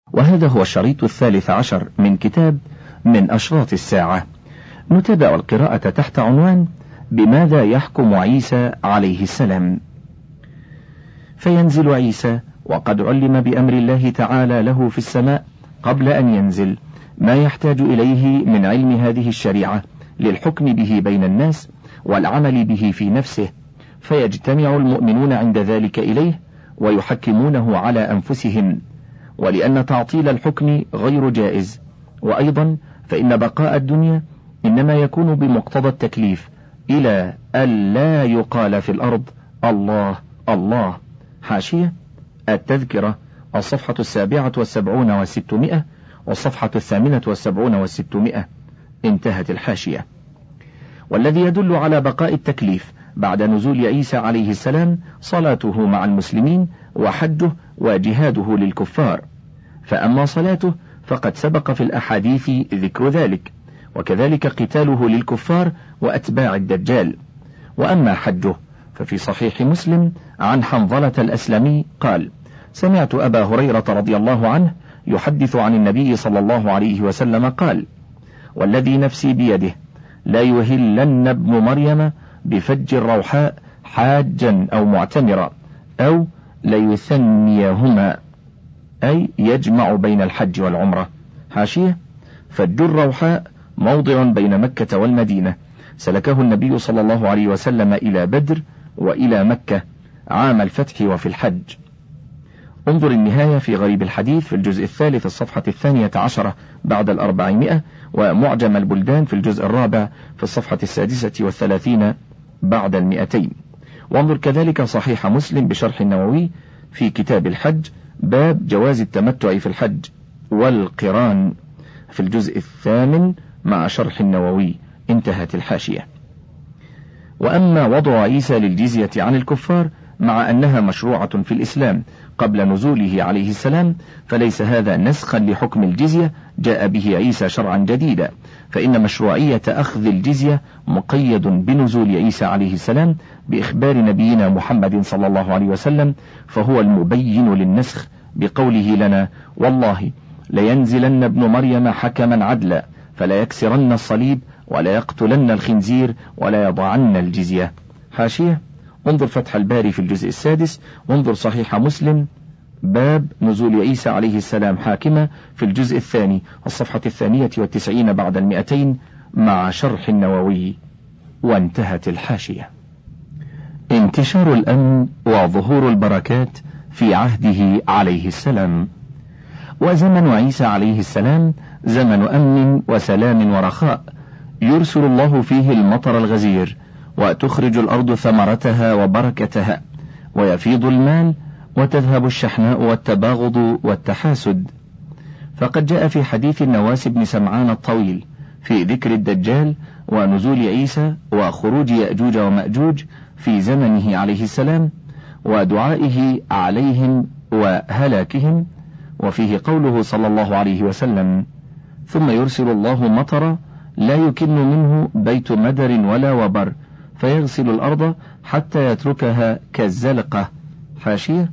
وهذا هو الشريط 13 من كتاب من أشراط الساعة. نتابع القراءة تحت عنوان بماذا يحكم عيسى عليه السلام. فينزل عيسى وقد علم بأمر الله تعالى له في السماء قبل أن ينزل ما يحتاج إليه من علم هذه الشريعة للحكم به بين الناس والعمل به في نفسه، فيجتمع المؤمنون عند ذلك إليه ويحكمونه على أنفسهم، ولأن تعطيل الحكم غير جائز. وأيضا فإن بقاء الدنيا إنما يكون بمقتضى التكليف إلى ألا يقال في الأرض الله الله. حاشية التذكرة الصفحة 77 و600 والصفحة 78 و600. انتهت الحاشية. والذي يدل على بقاء التكليف بعد نزول عيسى عليه السلام صلاته مع المسلمين وحجه وجهاده للكفار، فأما صلاته فقد سبق في الأحاديث ذكر ذلك، وكذلك قتاله للكفار وأتباع الدجال. وأما حجه ففي صحيح مسلم عن حنظلة الأسلمي قال: سمعت أبا هريرة رضي الله عنه يحدث عن النبي صلى الله عليه وسلم قال: والذي نفسي بيده لا يهلن ابن مريم بفج الروحاء حاجا أو معتمرا أو ليثنيهما، أي يجمع بين الحج والعمرة. حاشية فج الروحاء موضع بين مكة والمدينة، سلكه النبي صلى الله عليه وسلم إلى بدر وإلى مكة عام الفتح وفي الحج. انظر النهاية في غريب الحديث في الجزء الثالث الصفحة 12 بعد 400، ومعجم البلدان في الجزء الرابع في الصفحة 36 بعد 200. وانظر كذلك صحيح مسلم بشرح النووي في كتاب الحج باب جواز التمتع في الحج والقران في الجزء 8 مع شرح النووي. انتهت الحاشية. وأما وضع عيسى للجزية عن الكفار مع أنها مشروعة في الإسلام قبل نزوله عليه السلام، فليس هذا نسخا لحكم الجزية جاء به عيسى شرعا جديدا، فإن مشروعية أخذ الجزية مقيد بنزول عيسى عليه السلام بإخبار نبينا محمد صلى الله عليه وسلم، فهو المبين للنسخ بقوله لنا: والله لينزلن ابن مريم حكما عدلا فلا يكسرن الصليب ولا يقتلن الخنزير ولا يضعن الجزية. حاشية انظر فتح الباري في الجزء السادس، وانظر صحيح مسلم باب نزول عيسى عليه السلام حاكمة في الجزء الثاني الصفحة 92 بعد 200 مع شرح النووي. وانتهت الحاشية. انتشار الأمن وظهور البركات في عهده عليه السلام. وزمن عيسى عليه السلام زمن أمن وسلام ورخاء، يرسل الله فيه المطر الغزير وتخرج الأرض ثمرتها وبركتها، ويفيض المال وتذهب الشحناء والتباغض والتحاسد. فقد جاء في حديث النواس بن سمعان الطويل في ذكر الدجال ونزول عيسى وخروج يأجوج ومأجوج في زمنه عليه السلام ودعائه عليهم وهلاكهم، وفيه قوله صلى الله عليه وسلم: ثم يرسل الله مطر لا يكن منه بيت مدر ولا وبر فيغسل الأرض حتى يتركها كالزلقة. حاشية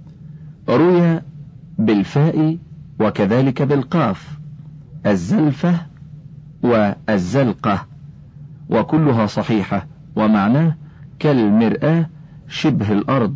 روي بالفاء وكذلك بالقاف الزلفة والزلقة، وكلها صحيحة، ومعناه كالمرآة شبه الأرض،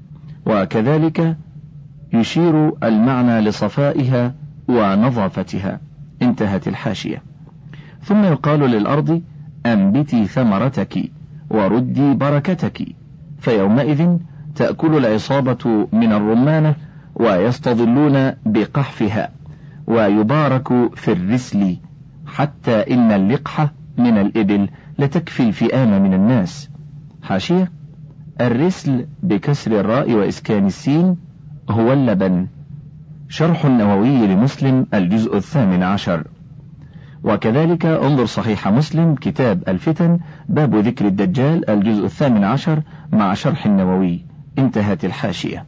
وكذلك يشير المعنى لصفائها ونظافتها. انتهت الحاشية. ثم يقال للأرض: أنبتي ثمرتك وردي بركتك، فيومئذ تأكل العصابة من الرمانة ويستظلون بقحفها، ويبارك في الرسل، حتى إن اللقحة من الإبل لتكفي الفئام من الناس. حاشية الرسل بكسر الراء وإسكان السين هو اللبن. شرح النووي لمسلم الجزء 18. وكذلك انظر صحيح مسلم كتاب الفتن باب ذكر الدجال الجزء 18 مع شرح النووي. انتهت الحاشية.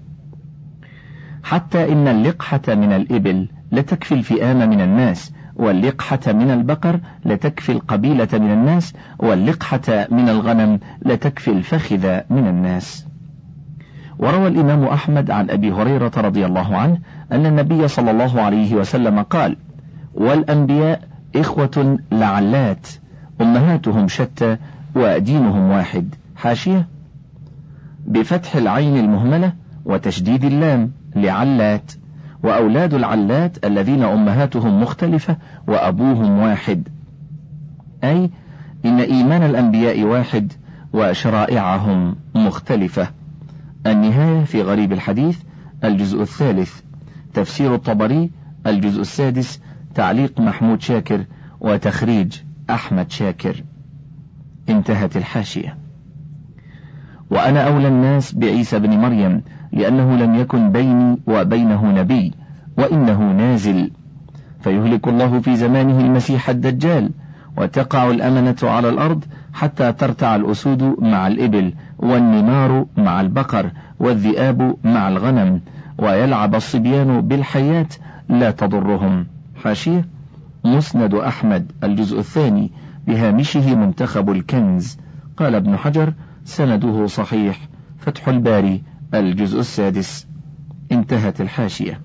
حتى إن اللقحة من الإبل لتكفي الفئام من الناس، واللقحة من البقر لتكفي القبيلة من الناس، واللقحة من الغنم لتكفي الفخذ من الناس. وروى الإمام أحمد عن أبي هريرة رضي الله عنه أن النبي صلى الله عليه وسلم قال: والأنبياء إخوة لعلات أمهاتهم شتى ودينهم واحد. حاشية: بفتح العين المهملة وتشديد اللام لعلات، وأولاد العلات الذين أمهاتهم مختلفة وأبوهم واحد، أي إن إيمان الأنبياء واحد وشرائعهم مختلفة. النهاية في غريب الحديث الجزء الثالث، تفسير الطبري الجزء السادس، تعليق محمود شاكر وتخريج أحمد شاكر. انتهت الحاشية. وأنا أولى الناس بعيسى بن مريم لأنه لم يكن بيني وبينه نبي وإنه نازل، فيهلك الله في زمانه المسيح الدجال، وتقع الأمنة على الأرض حتى ترتع الأسود مع الإبل، والنمار مع البقر، والذئاب مع الغنم، ويلعب الصبيان بالحيات لا تضرهم. حاشية: مسند أحمد الجزء الثاني بهامشه منتخب الكنز. قال ابن حجر: سنده صحيح. فتح الباري الجزء السادس. انتهت الحاشية.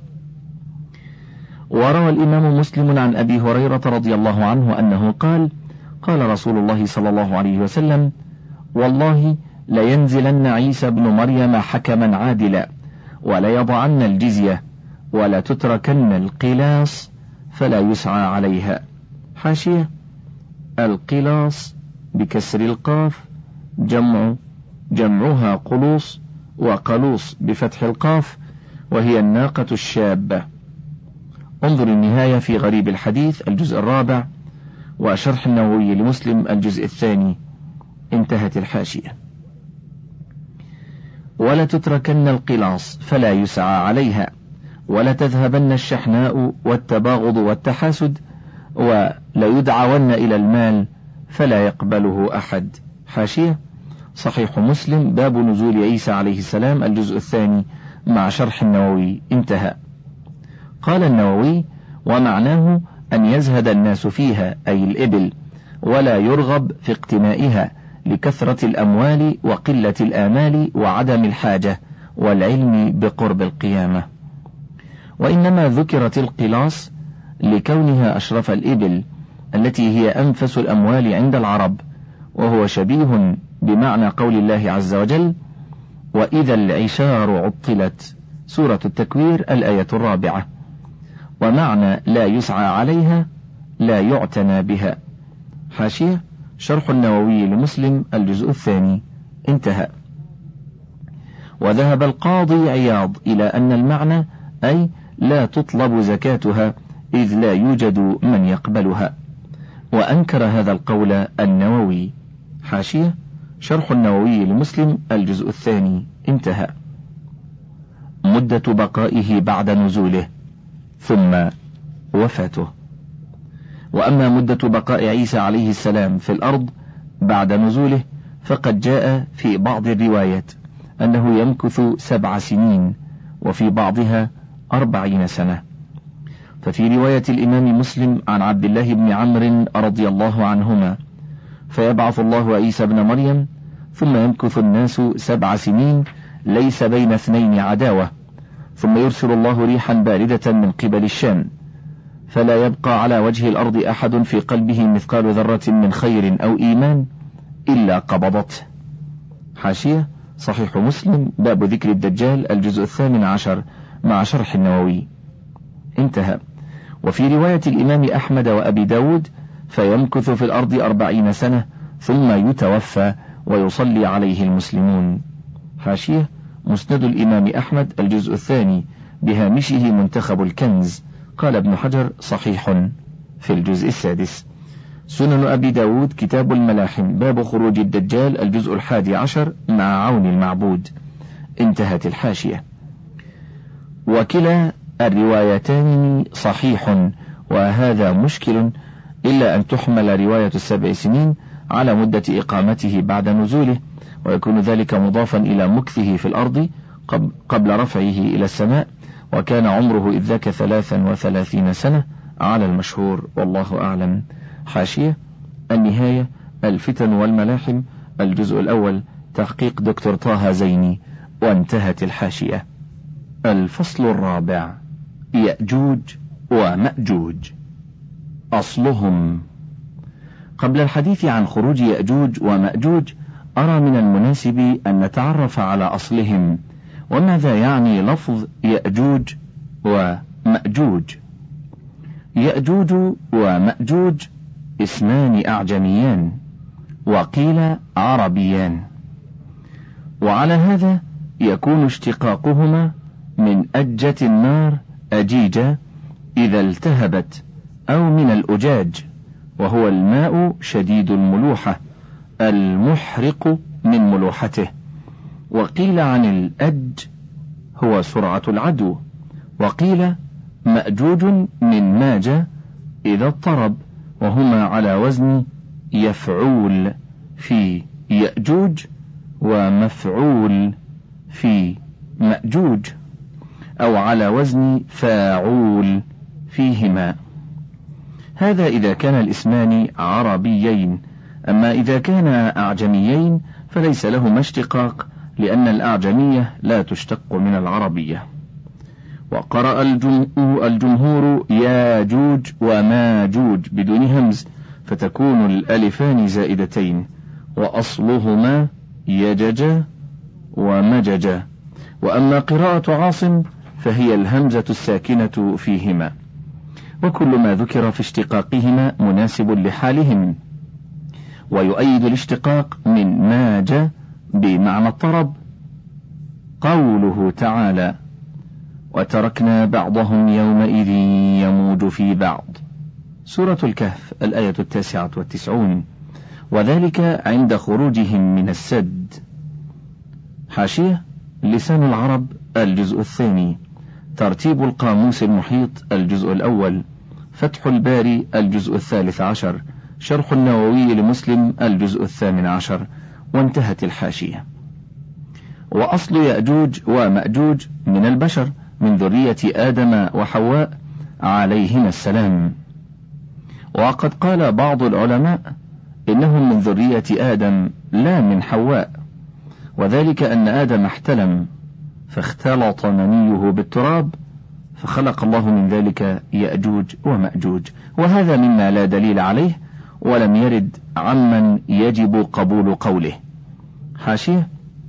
وروى الإمام مسلم عن أبي هريرة رضي الله عنه أنه قال: قال رسول الله صلى الله عليه وسلم: والله لينزلن عيسى بن مريم حكما عادلا، وليضعن الجزية، ولتتركن القلاص فلا يسعى عليها. حاشية: القلاص بكسر القاف جمعها قلوص، وقلوص بفتح القاف، وهي الناقة الشابة. انظر النهاية في غريب الحديث الجزء الرابع، وشرح النووي لمسلم الجزء الثاني. انتهت الحاشية. ولتتركن القلاص فلا يسعى عليها، ولتذهبن الشحناء والتباغض والتحاسد، وليدعون إلى المال فلا يقبله أحد. حاشية: صحيح مسلم باب نزول عيسى عليه السلام الجزء الثاني مع شرح النووي. انتهى. قال النووي: ومعناه أن يزهد الناس فيها أي الإبل، ولا يرغب في اقتنائها لكثرة الأموال وقلة الآمال وعدم الحاجة والعلم بقرب القيامة. وإنما ذكرت القلاص لكونها أشرف الإبل التي هي أنفس الأموال عند العرب، وهو شبيه بمعنى قول الله عز وجل: وإذا العشار عطلت، سورة التكوير الآية 4. ومعنى لا يسعى عليها لا يعتنى بها. حاشية: شرح النووي لمسلم الجزء الثاني. انتهى. وذهب القاضي عياض إلى أن المعنى أي لا تطلب زكاتها إذ لا يوجد من يقبلها، وأنكر هذا القول النووي. حاشية: شرح النووي لمسلم الجزء الثاني. انتهى. مدة بقائه بعد نزوله ثم وفاته. وأما مدة بقاء عيسى عليه السلام في الأرض بعد نزوله فقد جاء في بعض الروايات أنه يمكث 7 سنين، وفي بعضها 40 سنة. ففي رواية الإمام مسلم عن عبد الله بن عمرو رضي الله عنهما: فيبعث الله عيسى بن مريم ثم يمكث الناس 7 سنين ليس بين اثنين عداوة، ثم يرسل الله ريحا باردة من قبل الشام، فلا يبقى على وجه الأرض أحد في قلبه مثقال ذرة من خير أو إيمان إلا قبضته. حاشية: صحيح مسلم باب ذكر الدجال الجزء 18 مع شرح النووي. انتهى. وفي رواية الإمام أحمد وأبي داود: فيمكث في الأرض 40 سنة ثم يتوفى ويصلي عليه المسلمون. حاشية: مسند الإمام أحمد الجزء الثاني بهامشه منتخب الكنز. قال ابن حجر: صحيح في الجزء السادس. سنن أبي داود كتاب الملاحم باب خروج الدجال الجزء 11 مع عون المعبود. انتهت الحاشية. وكلا الروايتان صحيح، وهذا مشكل، إلا أن تحمل رواية 7 سنين على مدة إقامته بعد نزوله، ويكون ذلك مضافا إلى مكثه في الأرض قبل رفعه إلى السماء، وكان عمره إذ ذاك 33 سنة على المشهور، والله أعلم. حاشية: النهاية الفتن والملاحم الجزء الأول، تحقيق دكتور طه زيني، وانتهت الحاشية. الفصل الرابع: يأجوج ومأجوج. أصلهم. قبل الحديث عن خروج يأجوج ومأجوج أرى من المناسب أن نتعرف على أصلهم، وماذا يعني لفظ يأجوج ومأجوج. يأجوج ومأجوج اسمان أعجميان، وقيل عربيان، وعلى هذا يكون اشتقاقهما من أجة النار أجيجة إذا التهبت، أو من الأجاج وهو الماء شديد الملوحة المحرق من ملوحته. وقيل عن الأج هو سرعة العدو. وقيل مأجوج من ماج إذا اضطرب، وهما على وزن يفعول في يأجوج ومفعول في مأجوج، أو على وزن فاعول فيهما. هذا إذا كان الاسمان عربيين، أما إذا كان أعجميين فليس لهما اشتقاق، لأن الأعجمية لا تشتق من العربية. وقرأ الجمهور ياجوج وماجوج بدون همز، فتكون الألفان زائدتين، وأصلهما يجج ومجج. وأما قراءة عاصم فهي الهمزة الساكنة فيهما. وكل ما ذكر في اشتقاقهما مناسب لحالهم. ويؤيد الاشتقاق من ماج بمعنى الطرب قوله تعالى: وتركنا بعضهم يومئذ يموج في بعض، سورة الكهف الآية 99، وذلك عند خروجهم من السد. حاشية: لسان العرب الجزء الثاني، ترتيب القاموس المحيط الجزء الأول، فتح الباري الجزء 13، شرح النووي لمسلم الجزء 18، وانتهت الحاشية. وأصل يأجوج ومأجوج من البشر من ذرية آدم وحواء عليهما السلام. وقد قال بعض العلماء إنهم من ذرية آدم لا من حواء، وذلك أن آدم احتلم فاختلط منيه بالتراب، فخلق الله من ذلك يأجوج ومأجوج، وهذا مما لا دليل عليه ولم يرد عمن يجب قبول قوله. حاشية: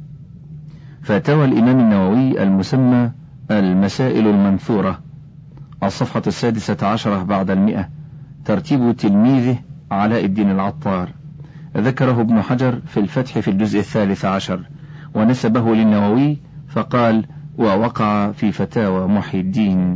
فتوى الإمام النووي المسمى المسائل المنثورة، الصفحة 16 بعد 100، ترتيب تلميذه علاء الدين العطار، ذكره ابن حجر في الفتح في الجزء 13، ونسبه للنووي فقال: ووقع في فتاوى محي الدين.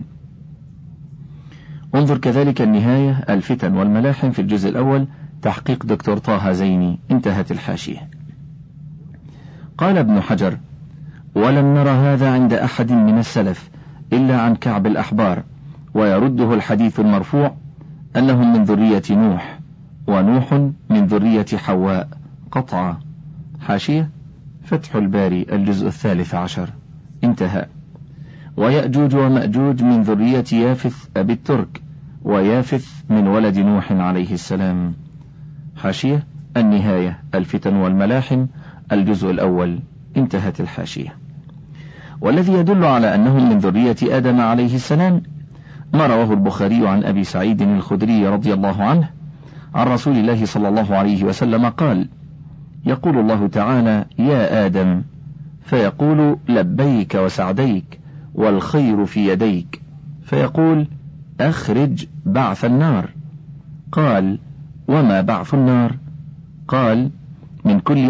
انظر كذلك النهاية الفتن والملاحم في الجزء الأول، تحقيق دكتور طه زيني، انتهت الحاشية. قال ابن حجر: ولم نرى هذا عند أحد من السلف إلا عن كعب الأحبار، ويرده الحديث المرفوع أنهم من ذرية نوح، ونوح من ذرية حواء قطعا. حاشية: فتح الباري الجزء 13، انتهى. ويأجوج ومأجوج من ذرية يافث أبي الترك، ويافث من ولد نوح عليه السلام. حاشية: النهاية الفتن والملاحم الجزء الأول، انتهت الحاشية. والذي يدل على أنهم من ذرية آدم عليه السلام ما رواه البخاري عن أبي سعيد الخدري رضي الله عنه عن رسول الله صلى الله عليه وسلم قال: يقول الله تعالى: يا آدم، فيقول: لبيك وسعديك والخير في يديك، فيقول: أخرج بعث النار. قال: وما بعث النار؟ قال: من كل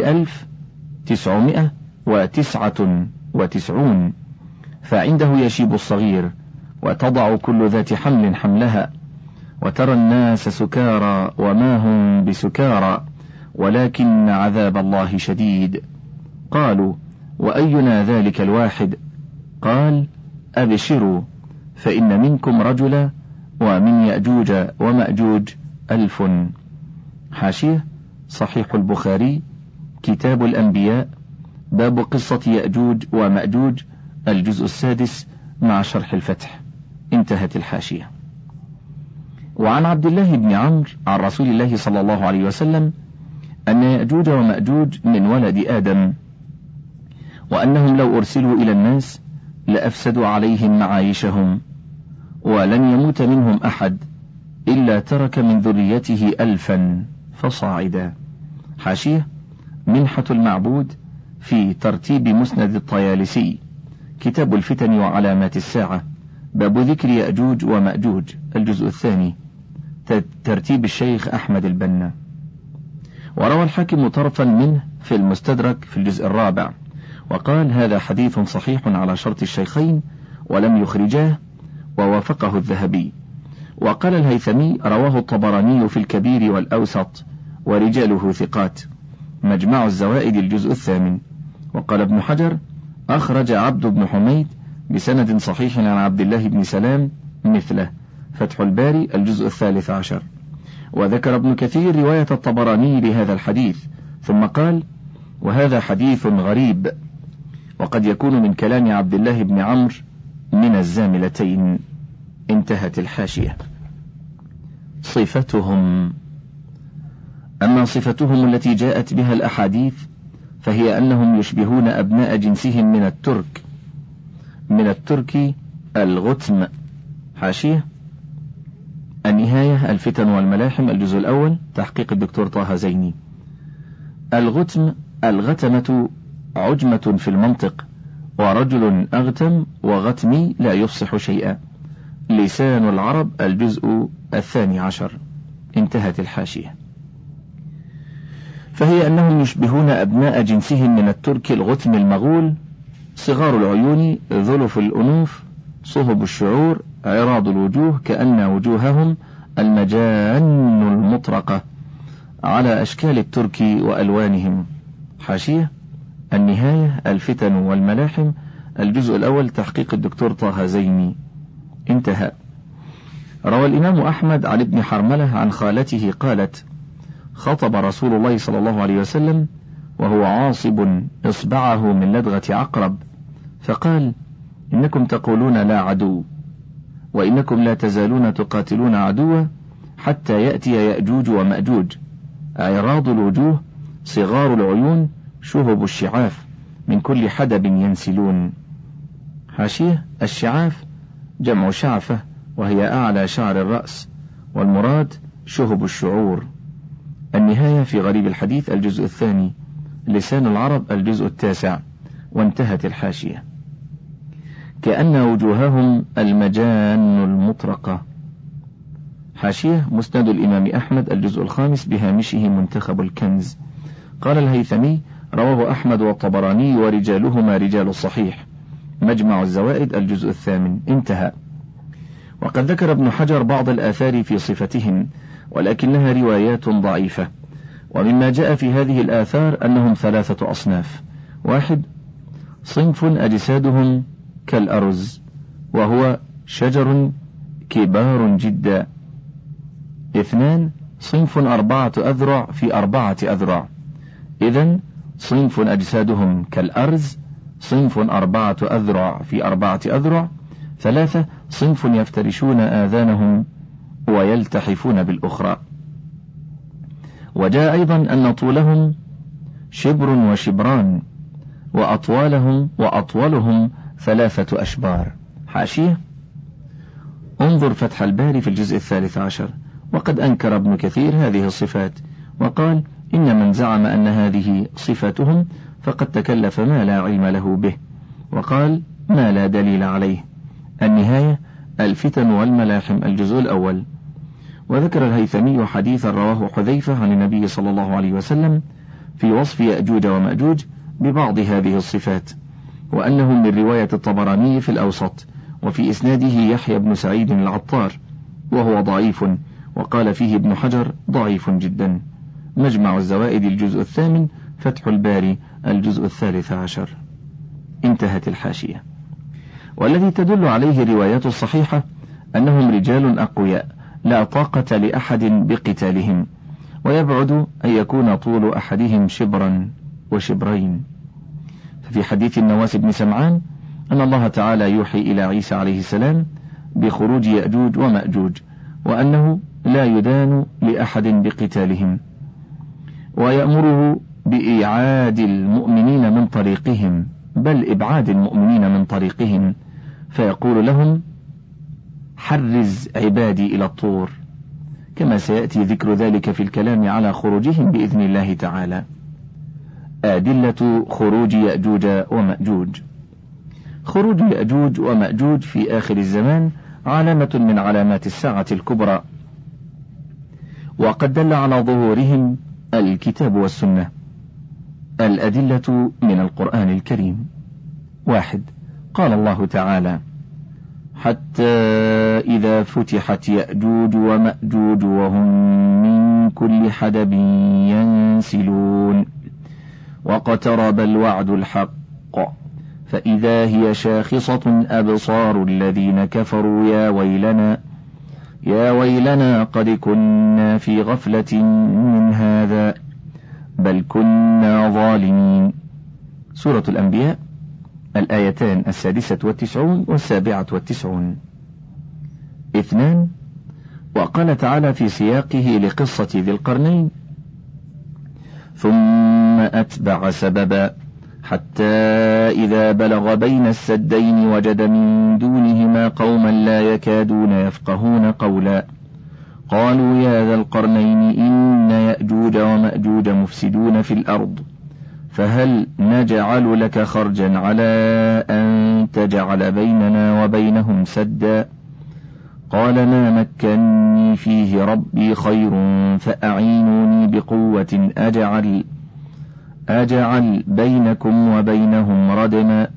1999، فعنده يشيب الصغير، وتضع كل ذات حمل حملها، وترى الناس سكارى وما هم بسكارى ولكن عذاب الله شديد. قالوا: وأينا ذلك الواحد؟ قال: أبشروا، فإن منكم رجلا ومن يأجوج ومأجوج 1000. حاشية: صحيح البخاري كتاب الأنبياء، باب قصة يأجوج ومأجوج الجزء 6 مع شرح الفتح، انتهت الحاشية. وعن عبد الله بن عمرو عن رسول الله صلى الله عليه وسلم أن يأجوج ومأجوج من ولد آدم، وأنهم لو أرسلوا إلى الناس لأفسدوا عليهم معايشهم، ولن يموت منهم أحد إلا ترك من ذريته 1000 فصاعدا. حاشية: منحة المعبود في ترتيب مسند الطيالسي، كتاب الفتن وعلامات الساعة، باب ذكر يأجوج ومأجوج، الجزء الثاني، ترتيب الشيخ أحمد البنا. وروى الحاكم طرفا منه في المستدرك في الجزء الرابع، وقال: هذا حديث صحيح على شرط الشيخين ولم يخرجاه، ووافقه الذهبي. وقال الهيثمي: رواه الطبراني في الكبير والأوسط ورجاله ثقات، مجمع الزوائد الجزء الثامن. وقال ابن حجر: أخرج عبد بن حميد بسند صحيح عن عبد الله بن سلام مثله، فتح الباري الجزء 13. وذكر ابن كثير رواية الطبراني لهذا الحديث، ثم قال: وهذا حديث غريب، وقد يكون من كلام عبد الله بن عمرو من الزاملتين. انتهت الحاشية. صفتهم. أما صفتهم التي جاءت بها الأحاديث فهي أنهم يشبهون أبناء جنسهم من الترك الغتم. حاشية: النهاية الفتن والملاحم، الجزء الأول، تحقيق الدكتور طه زيني. الغتم الغتمة عجمة في المنطق، ورجل أغتم وغتمي لا يفصح شيئا. لسان العرب الجزء 12. انتهت الحاشية. فهي أنهم يشبهون أبناء جنسهم من الترك الغتم المغول، صغار العيون، ذلف الأنوف، صهب الشعور، عراض الوجوه، كأن وجوههم المجان المطرقة على أشكال الترك وألوانهم. حاشية: النهاية الفتن والملاحم، الجزء الأول، تحقيق الدكتور طه زيني. انتهى. روى الإمام أحمد عن ابن حرملة عن خالته قالت: خطب رسول الله صلى الله عليه وسلم وهو عاصب إصبعه من لدغة عقرب، فقال: إنكم تقولون لا عدو، وإنكم لا تزالون تقاتلون عدوا حتى يأتي يأجوج ومأجوج، عراض الوجوه، صغار العيون، شهب الشعاف، من كل حدب ينسلون. حاشية: الشعاف جمع شعفة، وهي أعلى شعر الرأس، والمراد شهب الشعور. النهاية في غريب الحديث الجزء الثاني، لسان العرب الجزء 9. وانتهت الحاشية. كأن وجوههم المجان المطرقة. حاشية: مسند الإمام أحمد الجزء 5 بهامشه منتخب الكنز. قال الهيثمي: رواه أحمد والطبراني ورجالهما رجال الصحيح، مجمع الزوائد الجزء 8. انتهى. وقد ذكر ابن حجر بعض الآثار في صفتهم، ولكنها روايات ضعيفة. ومما جاء في هذه الآثار أنهم 3 أصناف: 1. صنف أجسادهم كالأرز، وهو شجر كبار جدا. 2. صنف 4 أذرع في 4 أذرع. إذن صنف أجسادهم كالأرز، صنف 4 أذرع في 4 أذرع. 3. صنف يفترشون آذانهم ويلتحفون بالأخرى. وجاء أيضا أن طولهم شبر وشبران، وأطولهم 3 أشبار. حاشية: انظر فتح الباري في الجزء 13. وقد أنكر ابن كثير هذه الصفات، وقال: إن من زعم أن هذه صفتهم فقد تكلف ما لا علم له به، وقال ما لا دليل عليه. النهاية الفتن والملاحم الجزء الأول. وذكر الهيثمي حديثا رواه حذيفة عن النبي صلى الله عليه وسلم في وصف يأجوج ومأجوج ببعض هذه الصفات، وأنه من رواية الطبراني في الأوسط، وفي إسناده يحيى بن سعيد العطار، وهو ضعيف، وقال فيه ابن حجر ضعيف جدا. مجمع الزوائد الجزء 8، فتح الباري الجزء 13. انتهت الحاشية. والذي تدل عليه الروايات الصحيحة أنهم رجال أقوياء لا طاقة لأحد بقتالهم، ويبعد أن يكون طول أحدهم شبرا وشبرين. ففي حديث النواس بن سمعان أن الله تعالى يوحي إلى عيسى عليه السلام بخروج يأجوج ومأجوج، وأنه لا يدان لأحد بقتالهم، ويأمره بإيعاد المؤمنين من طريقهم بل إبعاد المؤمنين من طريقهم، فيقول لهم: حرز عبادي إلى الطور، كما سيأتي ذكر ذلك في الكلام على خروجهم بإذن الله تعالى. أدلة خروج يأجوج ومأجوج. خروج يأجوج ومأجوج في آخر الزمان علامة من علامات الساعة الكبرى، وقد دل على ظهورهم الكتاب والسنة. الأدلة من القرآن الكريم: 1. قال الله تعالى: حتى إذا فتحت يأجوج ومأجوج وهم من كل حدب ينسلون واقترب الوعد الحق فإذا هي شاخصة أبصار الذين كفروا يا ويلنا قد كنا في غفلة من هذا بل كنا ظالمين. سورة الأنبياء، الآيتان 96 و97. 2. وقال تعالى في سياقه لقصة ذي القرنين: ثم أتبع سببا حتى إذا بلغ بين السدين وجد من دونهما قوما لا يكادون يفقهون قولا قالوا يا ذا القرنين إن يأجوج ومأجوج مفسدون في الأرض فهل نجعل لك خرجا على أن تجعل بيننا وبينهم سدا قال ما مكني فيه ربي خير فأعينوني بقوة أجعل بينكم وبينهم ردما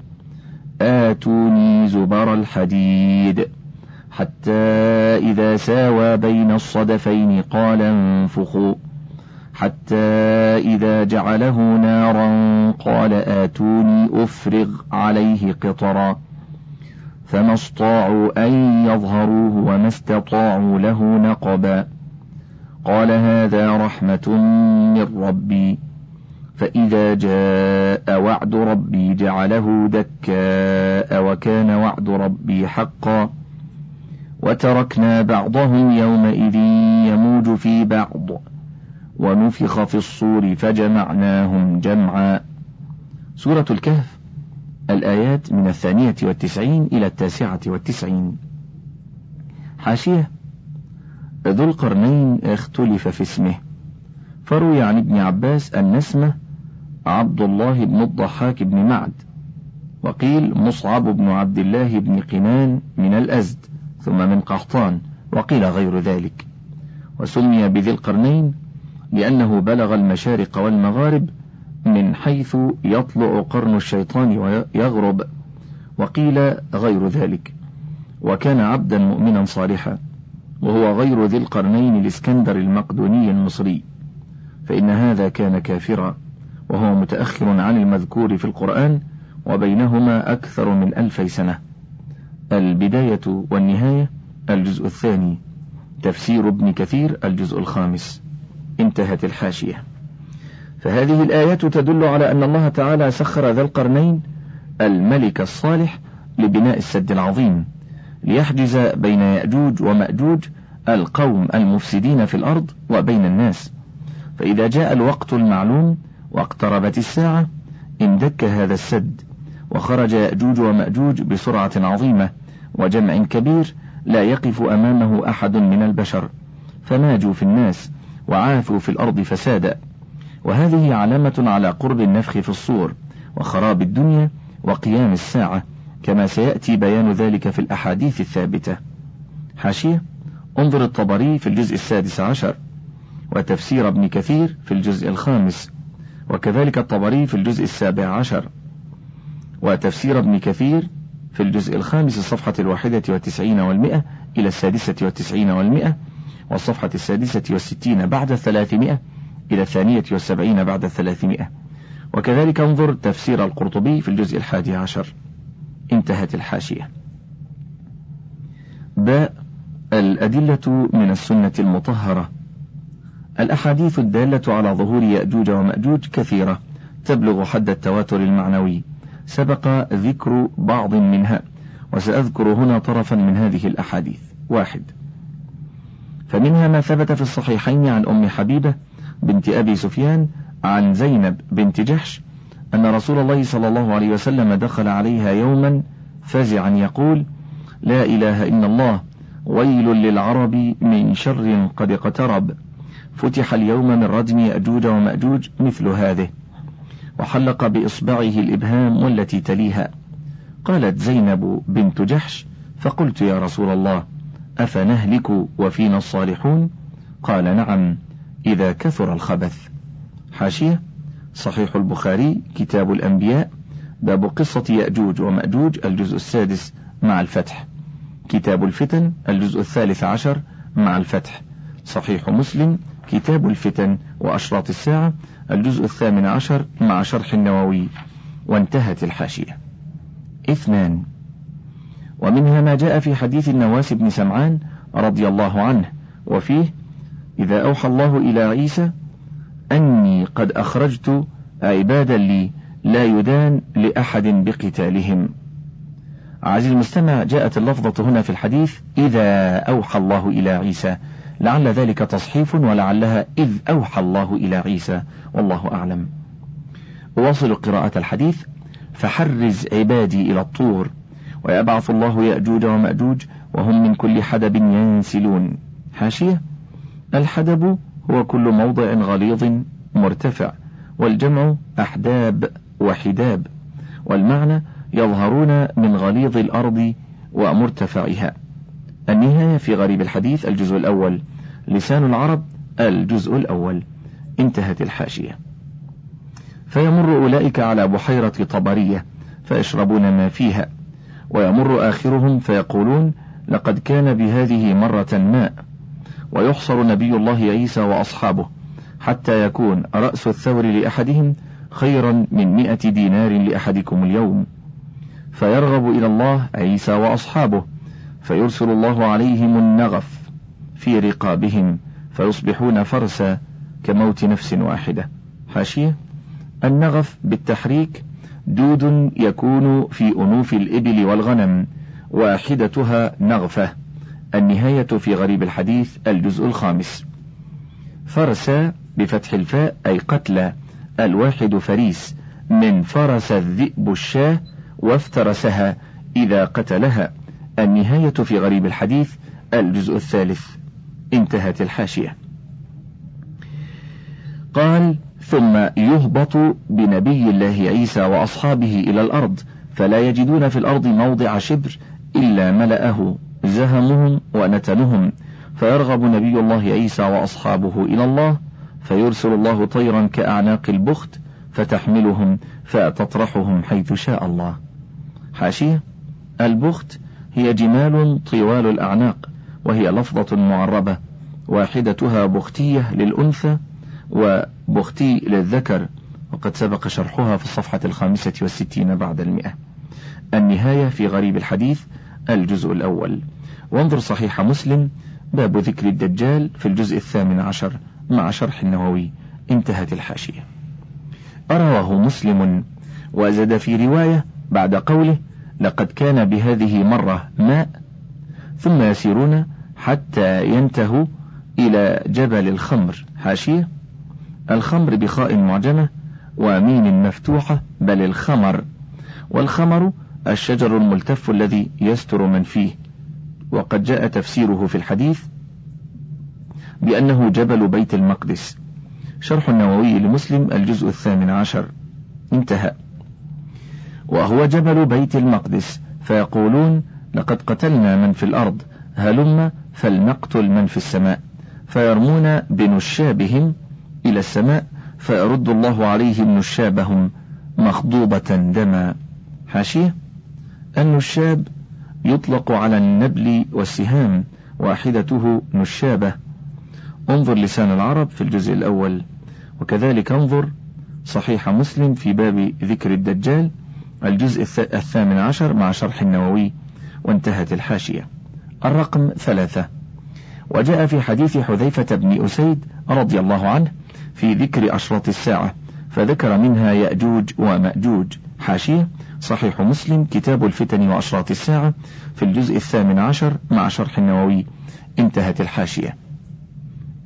آتوني زبر الحديد حتى إذا ساوى بين الصدفين قال انفخوا حتى إذا جعله نارا قال آتوني أفرغ عليه قطرا فما استطاعوا أن يظهروه وما استطاعوا له نقبا قال هذا رحمة من ربي فإذا جاء وعد ربي جعله دكاء وكان وعد ربي حقا وتركنا بعضهم يومئذ يموج في بعض ونفخ في الصور فجمعناهم جمعا. سورة الكهف، الآيات من 92 إلى 99. حاشية: ذو القرنين اختلف في اسمه، فروي عن ابن عباس أن اسمه عبد الله بن الضحاك بن معد، وقيل مصعب بن عبد الله بن قنان من الأزد ثم من قحطان، وقيل غير ذلك. وسمي بذي القرنين لأنه بلغ المشارق والمغارب من حيث يطلع قرن الشيطان ويغرب، وقيل غير ذلك. وكان عبدا مؤمنا صالحا، وهو غير ذي القرنين الإسكندر المقدوني المصري، فإن هذا كان كافرا، وهو متأخر عن المذكور في القرآن، وبينهما أكثر من 1000 سنة. البداية والنهاية، الجزء الثاني، تفسير ابن كثير، الجزء 5. انتهت الحاشية. فهذه الآيات تدل على أن الله تعالى سخر ذا القرنين الملك الصالح لبناء السد العظيم، ليحجز بين يأجوج ومأجوج القوم المفسدين في الأرض وبين الناس. فإذا جاء الوقت المعلوم واقتربت الساعة اندك هذا السد، وخرج يأجوج ومأجوج بسرعة عظيمة وجمع كبير لا يقف أمامه أحد من البشر، فناجوا في الناس وعاثوا في الأرض فسادا. وهذه علامة على قرب النفخ في الصور وخراب الدنيا وقيام الساعة، كما سيأتي بيان ذلك في الأحاديث الثابتة. حاشية: انظر الطبري في الجزء 16، وتفسير ابن كثير في الجزء 5، وكذلك الطبري في الجزء 17، وتفسير ابن كثير في الجزء 5 صفحة 91 و100 إلى 96 و100، والصفحة 66 بعد 300 إلى 72 بعد 300، وكذلك انظر تفسير القرطبي في الجزء 11. انتهت الحاشية. باء الأدلة من السنة المطهرة. الأحاديث الدالة على ظهور يأجوج ومأجوج كثيرة تبلغ حد التواتر المعنوي، سبق ذكر بعض منها، وسأذكر هنا طرفا من هذه الأحاديث. 1. فمنها ما ثبت في الصحيحين عن أم حبيبة بنت أبي سفيان عن زينب بنت جحش أن رسول الله صلى الله عليه وسلم دخل عليها يوما فزعا يقول: لا إله إلا الله، ويل للعرب من شر قد اقترب، فتح اليوم من ردم يأجوج ومأجوج مثل هذه، وحلق بإصبعه الإبهام والتي تليها. قالت زينب بنت جحش: فقلت يا رسول الله أفنهلك وفينا الصالحون؟ قال: نعم إذا كثر الخبث. حاشية: صحيح البخاري كتاب الأنبياء، باب قصة يأجوج ومأجوج الجزء 6 مع الفتح، كتاب الفتن الجزء 13 مع الفتح، صحيح مسلم كتاب الفتن وأشراط الساعة الجزء 18 مع شرح النووي. وانتهت الحاشية. 2. ومنها ما جاء في حديث النواس بن سمعان رضي الله عنه، وفيه: إذا أوحى الله إلى عيسى أني قد أخرجت عبادا لي لا يدان لأحد بقتالهم. عزيزي المستمع، جاءت اللفظة هنا في الحديث إذا أوحى الله إلى عيسى، لعل ذلك تصحيف ولعلها إذ أوحى الله إلى عيسى، والله أعلم. أواصل قراءة الحديث: فحرز عبادي إلى الطور، ويبعث الله يأجوج ومأجوج وهم من كل حدب ينسلون. حاشية: الحدب هو كل موضع غليظ مرتفع، والجمع أحداب وحداب، والمعنى يظهرون من غليظ الأرض ومرتفعها. النهاية في غريب الحديث الجزء الأول، لسان العرب الجزء الأول. انتهت الحاشية. فيمر أولئك على بحيرة طبرية فيشربون ما فيها، ويمر آخرهم فيقولون: لقد كان بهذه مرة ماء. ويحصر نبي الله عيسى وأصحابه حتى يكون رأس الثور لأحدهم خيرا من 100 دينار لأحدكم اليوم، فيرغب إلى الله عيسى وأصحابه، فيرسل الله عليهم النغف في رقابهم فيصبحون فرسا كموت نفس واحدة. حاشية: النغف بالتحريك دود يكون في أنوف الإبل والغنم، واحدتها نغفة. النهاية في غريب الحديث الجزء 5. فرسا بفتح الفاء أي قتلى، الواحد فريس، من فرس الذئب الشاة وافترسها إذا قتلها. النهاية في غريب الحديث الجزء 3. انتهت الحاشية. قال: ثم يهبط بنبي الله عيسى وأصحابه إلى الأرض، فلا يجدون في الأرض موضع شبر إلا ملأه زهمهم ونتنهم، فيرغب نبي الله عيسى وأصحابه إلى الله، فيرسل الله طيرا كأعناق البخت فتحملهم فتطرحهم حيث شاء الله. حاشية: البخت هي جمال طوال الأعناق، وهي لفظة معربة، واحدتها بختية للأنثى وبختي للذكر، وقد سبق شرحها في الصفحة 65 بعد 100. النهاية في غريب الحديث الجزء الأول. وانظر صحيح مسلم باب ذكر الدجال في الجزء 18 مع شرح النووي. انتهت الحاشية. رواه مسلم وزاد في رواية بعد قوله: لقد كان بهذه مرة ماء، ثم يسيرون حتى ينتهوا إلى جبل الخمر. حاشية: الخمر بخاء معجمة وميم مفتوحة، بل الخمر، والخمر الشجر الملتف الذي يستر من فيه، وقد جاء تفسيره في الحديث بأنه جبل بيت المقدس. شرح النووي لمسلم الجزء 18. انتهى. وهو جبل بيت المقدس، فيقولون: لقد قتلنا من في الأرض، هلم فلنقتل من في السماء، فيرمون بنشابهم إلى السماء، فيرد الله عليهم نشابهم مخضوبة دما. حاشية: النشاب يطلق على النبل والسهام، واحدته نشابة. انظر لسان العرب في الجزء الأول، وكذلك انظر صحيح مسلم في باب ذكر الدجال الجزء 18 مع شرح النووي. وانتهت الحاشية. الرقم 3. وجاء في حديث حذيفة بن أسيد رضي الله عنه في ذكر أشراط الساعة، فذكر منها يأجوج ومأجوج. حاشية: صحيح مسلم كتاب الفتن وأشراط الساعة في الجزء 18 مع شرح النووي. انتهت الحاشية.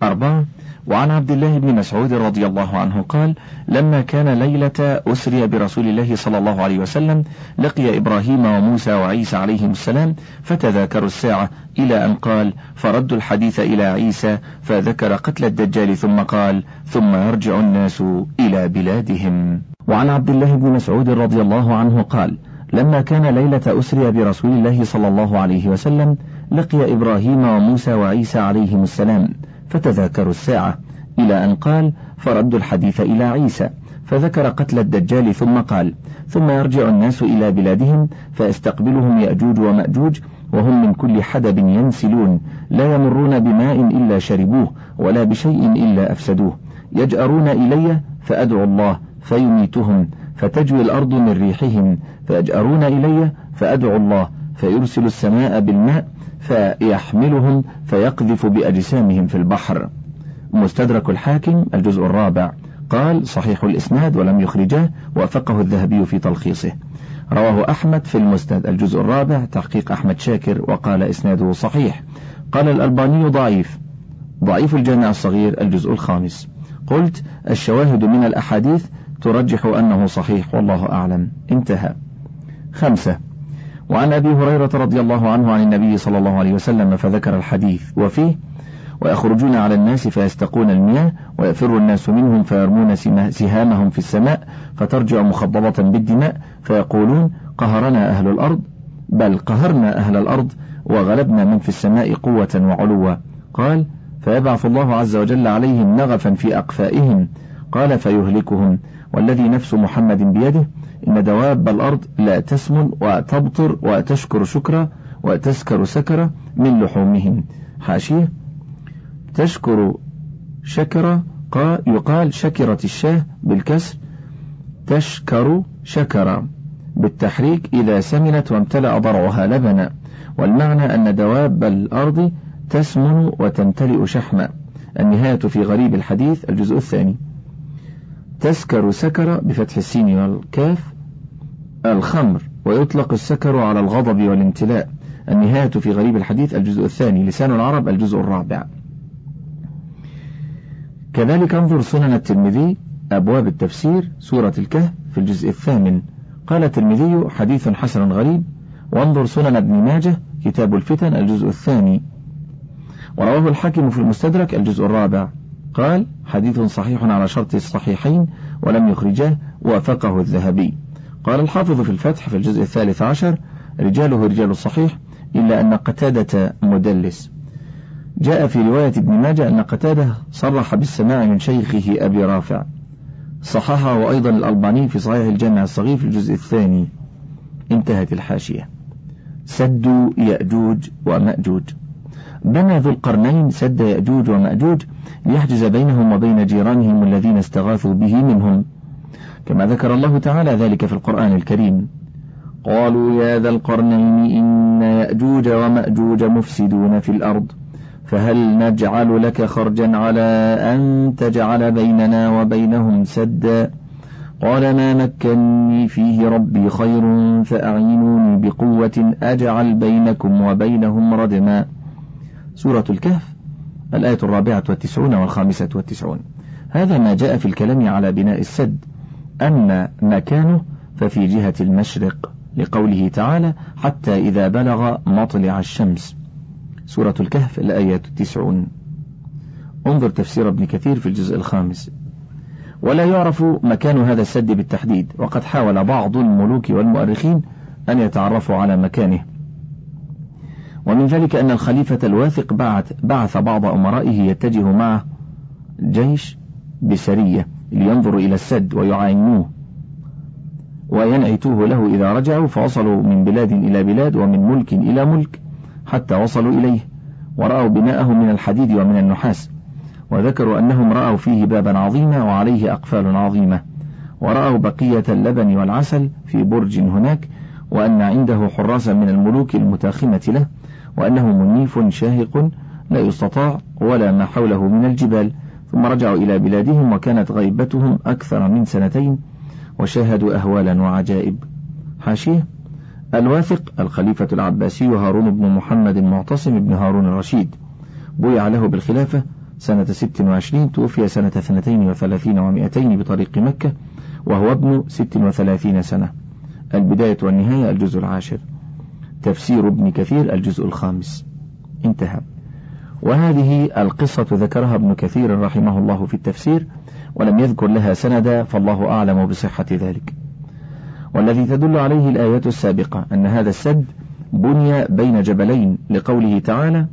4. وعن عبد الله بن مسعود رضي الله عنه قال: لما كان ليلة أسري برسول الله صلى الله عليه وسلم لقي إبراهيم وموسى وعيسى عليهم السلام فتذاكروا الساعة، إلى أن قال: فردوا الحديث إلى عيسى، فذكر قتل الدجال، ثم قال: ثم يرجع الناس إلى بلادهم. وعن عبد الله بن مسعود رضي الله عنه قال: لما كان ليلة أسري برسول الله صلى الله عليه وسلم لقي إبراهيم وموسى وعيسى عليهم السلام فتذاكروا الساعة، إلى أن قال: فردوا الحديث إلى عيسى، فذكر قتل الدجال، ثم قال: ثم يرجع الناس إلى بلادهم فيستقبلهم يأجوج ومأجوج، وهم من كل حدب ينسلون، لا يمرون بماء إلا شربوه، ولا بشيء إلا أفسدوه، يجأرون إلي فأدعو الله فيميتهم، فتجوي الأرض من ريحهم، فيجأرون إلي فأدعو الله فيرسل السماء بالماء فيحملهم فيقذف بأجسامهم في البحر. مستدرك الحاكم الجزء 4 قال: صحيح الإسناد ولم يخرجاه، وافقه الذهبي في تلخيصه. رواه أحمد في المسند الجزء 4 تحقيق أحمد شاكر، وقال إسناده صحيح. قال الألباني ضعيف الجامع الصغير الجزء 5. قلت: الشواهد من الأحاديث ترجح أنه صحيح، والله أعلم. انتهى. 5. وعن أبي هريرة رضي الله عنه عن النبي صلى الله عليه وسلم فذكر الحديث وفيه: ويخرجون على الناس فيستقون المياه، ويفر الناس منهم فيرمون سهامهم في السماء فترجع مخضبة بالدماء، فيقولون: قهرنا أهل الأرض، بل قهرنا أهل الأرض وغلبنا من في السماء قوة وعلوا. قال: فيبعث الله عز وجل عليهم نغفا في أقفائهم، قال: فيهلكهم، والذي نفس محمد بيده إن دواب الأرض لا تسمن وتبطر وتشكر شكرا وتسكر سكرة من لحومهم. حاشية: تشكر شكرة يقال شكرت الشاه بالكسر، تشكر شكرا بالتحريك إذا سمنت وامتلأ ضرعها لبنا، والمعنى أن دواب الأرض تسمن وتمتلئ شحما. النهاية في غريب الحديث الجزء 2. تسكر سكر بفتح السين والكاف الخمر، ويطلق السكر على الغضب والامتلاء. النهاية في غريب الحديث الجزء 2 لسان العرب الجزء 4. كذلك انظر سنن الترمذي أبواب التفسير سورة الكهف في الجزء 8. قال الترمذي: حديث حسن غريب. وانظر سنن ابن ماجه كتاب الفتن الجزء 2. ورواه الحاكم في المستدرك الجزء 4 قال: حديث صحيح على شرط الصحيحين ولم يخرجاه، وافقه الذهبي. قال الحافظ في الفتح في الجزء 13: رجاله رجال الصحيح، إلا أن قتادة مدلس. جاء في رواية ابن ماجه أن قتادة صرح بالسماع من شيخه أبي رافع. صححه أيضا الألباني في صحيح الجامع الصغير في الجزء 2. انتهت الحاشية. سد يأجوج ومأجوج. بنى ذو القرنين سد يأجوج ومأجوج ليحجز بينهم وبين جيرانهم الذين استغاثوا به منهم، كما ذكر الله تعالى ذلك في القرآن الكريم. قالوا يا ذا القرنين إن يأجوج ومأجوج مفسدون في الأرض، فهل نجعل لك خرجا على أن تجعل بيننا وبينهم سدا؟ قال ما مكني فيه ربي خير فأعينوني بقوة أجعل بينكم وبينهم ردما. سورة الكهف الآية 94 و95. هذا ما جاء في الكلام على بناء السد، أن مكانه ففي جهة المشرق، لقوله تعالى: حتى إذا بلغ مطلع الشمس. سورة الكهف الآية 90. انظر تفسير ابن كثير في الجزء 5. ولا يعرف مكان هذا السد بالتحديد، وقد حاول بعض الملوك والمؤرخين أن يتعرفوا على مكانه، ومن ذلك أن الخليفة الواثق بعث بعض أمرائه يتجه معه جيش بسرية لينظروا إلى السد ويعاينوه وينعتوه له إذا رجعوا، فوصلوا من بلاد إلى بلاد ومن ملك إلى ملك حتى وصلوا إليه، ورأوا بناءه من الحديد ومن النحاس، وذكروا أنهم رأوا فيه بابا عظيما وعليه أقفال عظيمة، ورأوا بقية اللبن والعسل في برج هناك، وأن عنده حراسا من الملوك المتاخمة له، وأنه منيف شاهق لا يستطاع ولا ما حوله من الجبال. ثم رجعوا إلى بلادهم، وكانت غيبتهم أكثر من 2 وشاهدوا أهوالا وعجائب. حاشية: الواثق الخليفة العباسي هارون بن محمد المعتصم بن هارون الرشيد، بويع له بالخلافة سنة 26، توفي سنة 32 و200 بطريق مكة، وهو ابن 36 سنة. البداية والنهاية الجزء 10. تفسير ابن كثير الجزء 5. انتهى. وهذه القصة ذكرها ابن كثير رحمه الله في التفسير، ولم يذكر لها سندا، فالله أعلم بصحة ذلك. والذي تدل عليه الآيات السابقة أن هذا السد بني بين جبلين، لقوله تعالى: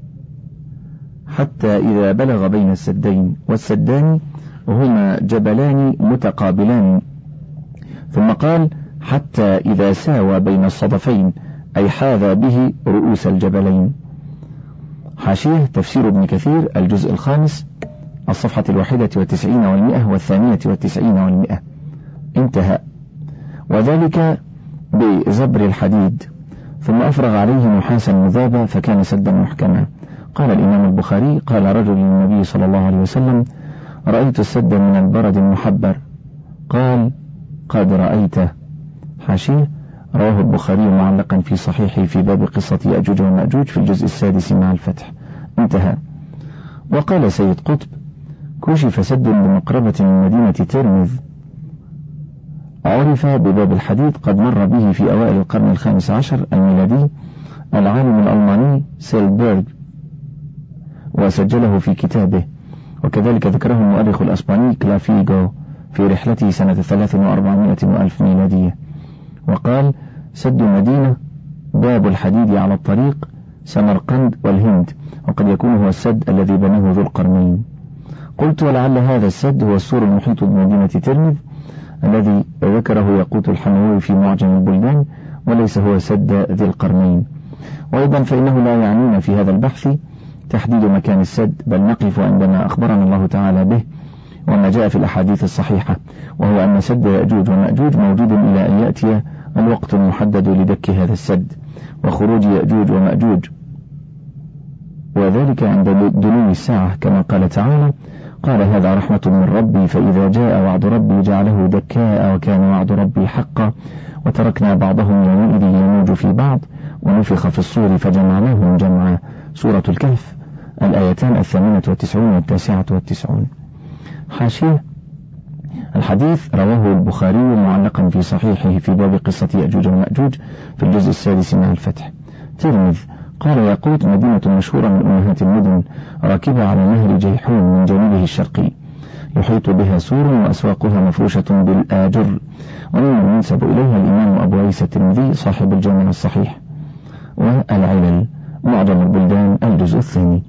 حتى إذا بلغ بين السدين، والسدان هما جبلان متقابلان. ثم قال: حتى إذا ساوى بين الصدفين، أي حاذى به رؤوس الجبلين. حاشية تفسير ابن كثير الجزء 5، الصفحة 91 و100 و92 و100. انتهى. وذلك بزبر الحديد، ثم أفرغ عليه نحاسا مذابا فكان سدا محكما. قال الإمام البخاري: قال رجل للنبي صلى الله عليه وسلم: رأيت السد من البرد المحبر. قال: قد رأيته. حاشية رواه البخاري معلقا في صحيحه في باب قصة يأجوج ومأجوج في الجزء 6 مع الفتح. انتهى. وقال سيد قطب: كشف سد بمقربة من مدينة ترمذ، عرف بباب الحديد، قد مر به في أوائل القرن 15 الميلادي العالم الألماني سيلبرغ، وسجله في كتابه. وكذلك ذكره المؤرخ الأسباني كلافيغو في رحلته سنة 3400 وألف ميلادية، وقال: سد مدينة باب الحديد على الطريق سمرقند والهند، وقد يكون هو السد الذي بناه ذو القرنين. قلت: ولعل هذا السد هو السور المحيط بمدينة ترمذ الذي ذكره ياقوت الحموي في معجم البلدان، وليس هو سد ذي القرنين. وأيضا فإنه لا يعنينا في هذا البحث تحديد مكان السد، بل نقف عندما أخبرنا الله تعالى به وما جاء في الأحاديث الصحيحة، وهو أن سد يأجوج ومأجوج موجود إلى أن يأتي الوقت المحدد لدك هذا السد وخروج يأجوج ومأجوج، وذلك عند دنو الساعة، كما قال تعالى: قال هذا رحمة من ربي فإذا جاء وعد ربي جعله دكاء وكان وعد ربي حقا وتركنا بعضهم يومئذ يموج في بعض ونفخ في الصور فجمعناهم جمعا. سورة الكهف، الآيتان 98 و99. حاشية: الحديث رواه البخاري معلقا في صحيحه في باب قصة يأجوج ومأجوج في الجزء 6 مع الفتح. ترمذ، قال ياقوت: مدينة مشهورة من أمهات المدن، راكبة على نهر جيحون من جانبه الشرقي، يحيط بها سور وأسواقها مفروشة بالآجر، وممن ينسب إليها الإمام أبو عيسى الترمذي صاحب الجامع الصحيح. والعلل، معجم البلدان الجزء 2.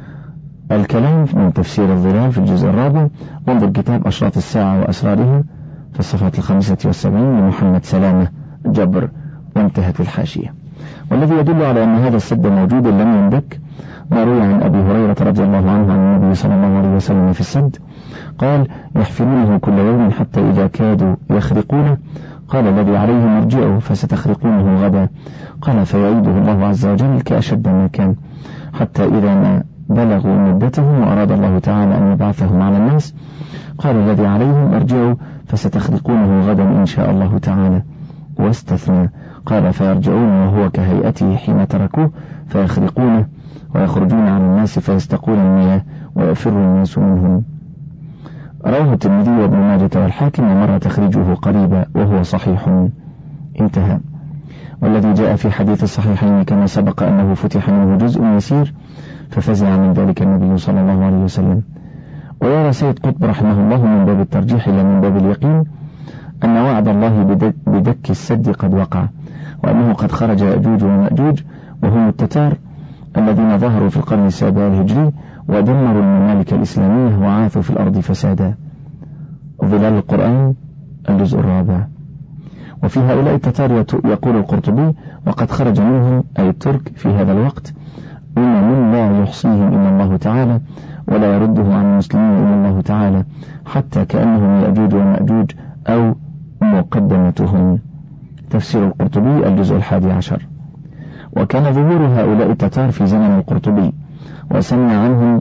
الكلام من تفسير الظلال في الجزء 4، وانظر كتاب أشراط الساعة وأسرارها في الصفحة 75 لمحمد سلامة جبر، وانتهت الحاشية. والذي يدل على أن هذا السد موجود لم يندك ما روي عن أبي هريرة رضي الله عنه عن النبي صلى الله عليه وسلم في السد، قال: يحفرونه كل يوم حتى إذا كادوا يخرقونه، قال الذي عليهم ارجعوا فستخرقونه غدا، قال فيعيده الله عز وجل كأشد ما كان، حتى إذا ما بلغوا مدتهم وأراد الله تعالى أن يبعثهم على الناس، قال الذي عليهم ارجعوا فستخرقونه غدا إن شاء الله تعالى، واستثنى، قال فيرجعون وهو كهيئته حين تركوه فيخرقونه ويخرجون على الناس فيستقون المياه ويفر الناس منهم. رواه الترمذي وابن ماجه والحاكم، ومر تخريجه قريبا وهو صحيح. انتهى. والذي جاء في حديث الصحيحين كما سبق أنه فتح منه جزء يسير ففزع من ذلك النبي صلى الله عليه وسلم. ويرى سيد قطب رحمه الله من باب الترجيح لا من باب اليقين أن وعد الله بدك السد قد وقع، وأنه قد خرج يأجوج ومأجوج وهم التتار الذين ظهروا في القرن 7 الهجري ودمروا الممالك الإسلامية وعاثوا في الأرض فسادا. ظلال القرآن الجزء 4. وفي هؤلاء التتار يقول القرطبي: وقد خرج منهم أي الترك في هذا الوقت من لا يحصيهم إلا الله تعالى ولا يرده عن المسلمين إلا الله تعالى، حتى كأنهم يأجوج ومأجوج أو مقدمتهم. تفسير القرطبي الجزء 11. وكان ظهور هؤلاء التتار في زمن القرطبي، وسمع عنهم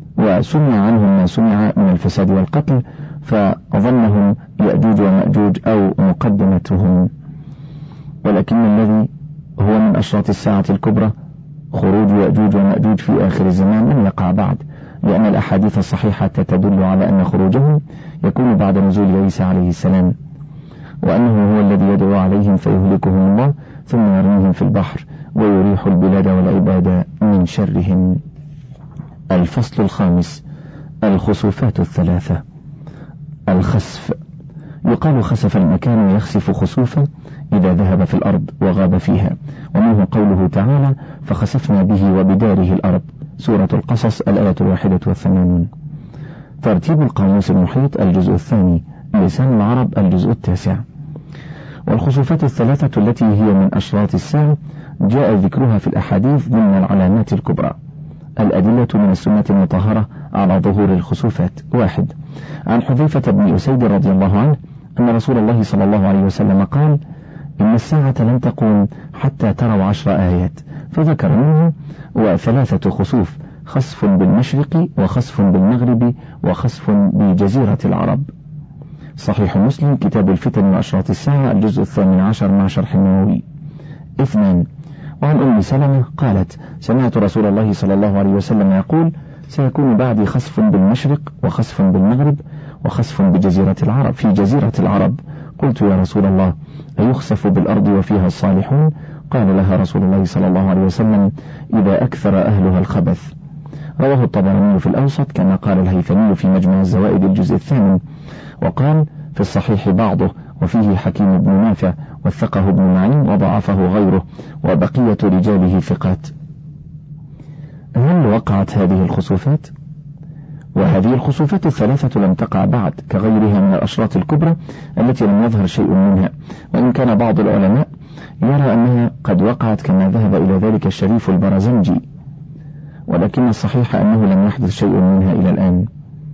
ما سمع من الفساد والقتل، فظنهم يأجوج ومأجوج أو مقدمتهم. ولكن الذي هو من أشراط الساعة الكبرى خروج يأجوج ومأجوج في آخر الزمان لم يقع بعد، لأن والأحاديث الصحيحة تدل على أن خروجهم يكون بعد نزول عيسى عليه السلام، وأنه هو الذي يدعو عليهم فيهلكهم الله ثم يرميهم في البحر ويريح البلاد والعباد من شرهم. الفصل الخامس: الخسوفات الثلاثة. الخسف: يقال خسف المكان ويخسف خسوفا إذا ذهب في الأرض وغاب فيها، ومنه قوله تعالى: فخسفنا به وبداره الأرض، سورة القصص الآية 81. ترتيب القاموس المحيط الجزء الثاني، لسان العرب الجزء التاسع. والخسوفات الثلاثة التي هي من أشراط الساعة جاء ذكرها في الأحاديث ضمن العلامات الكبرى. الأدلة من السنة المطهرة على ظهور الخسوفات: 1. عن حذيفة بن أسيد رضي الله عنه أن رسول الله صلى الله عليه وسلم قال: إن الساعة لن تقوم حتى تروا 10 آيات، فذكر منه: وثلاثة خسوف، خسف بالمشرق وخسف بالمغرب وخسف بجزيرة العرب. صحيح مسلم كتاب الفتن وأشراط الساعة الجزء 18 مع شرح النووي. 2. وعن أم سلمة قالت: سمعت رسول الله صلى الله عليه وسلم يقول: سيكون بعدي خسف بالمشرق وخسف بالمغرب وخسف بجزيرة العرب في جزيرة العرب. قلت: يا رسول الله، أيخسف بالأرض وفيها الصالحون؟ قال لها رسول الله صلى الله عليه وسلم: إذا أكثر أهلها الخبث. رواه الطبراني في الأوسط، كما قال الهيثمي في مجمع الزوائد الجزء 8، وقال في الصحيح بعضه وفيه حكيم بن نافع وثقه ابن معين وضعفه غيره وبقية رجاله ثقات. هل وقعت هذه الخسوفات؟ وهذه الخسوفات الثلاثة لم تقع بعد كغيرها من الأشراط الكبرى التي لم يظهر شيء منها، وإن كان بعض العلماء يرى أنها قد وقعت كما ذهب إلى ذلك الشريف البرزنجي، ولكن الصحيح أنه لم يحدث شيء منها إلى الآن.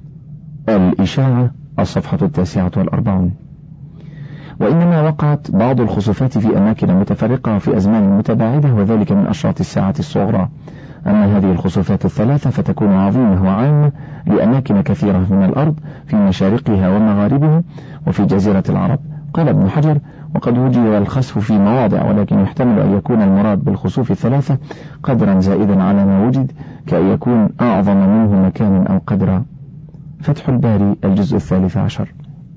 الإشاعة الصفحة 49. وإنما وقعت بعض الخسوفات في أماكن متفرقة وفي أزمان متباعدة، وذلك من أشراط الساعة الصغرى. أما هذه الخسوفات الثلاثة فتكون عظيمة وعامة لأماكن كثيرة من الأرض في مشارقها ومغاربها وفي جزيرة العرب. قال ابن حجر: وقد وجد الخسف في مواضع، ولكن يحتمل أن يكون المراد بالخسوف الثلاثة قدرا زائدا على ما وجد، كأن يكون أعظم منه مكانا أو قدرا. فتح الباري الجزء 13.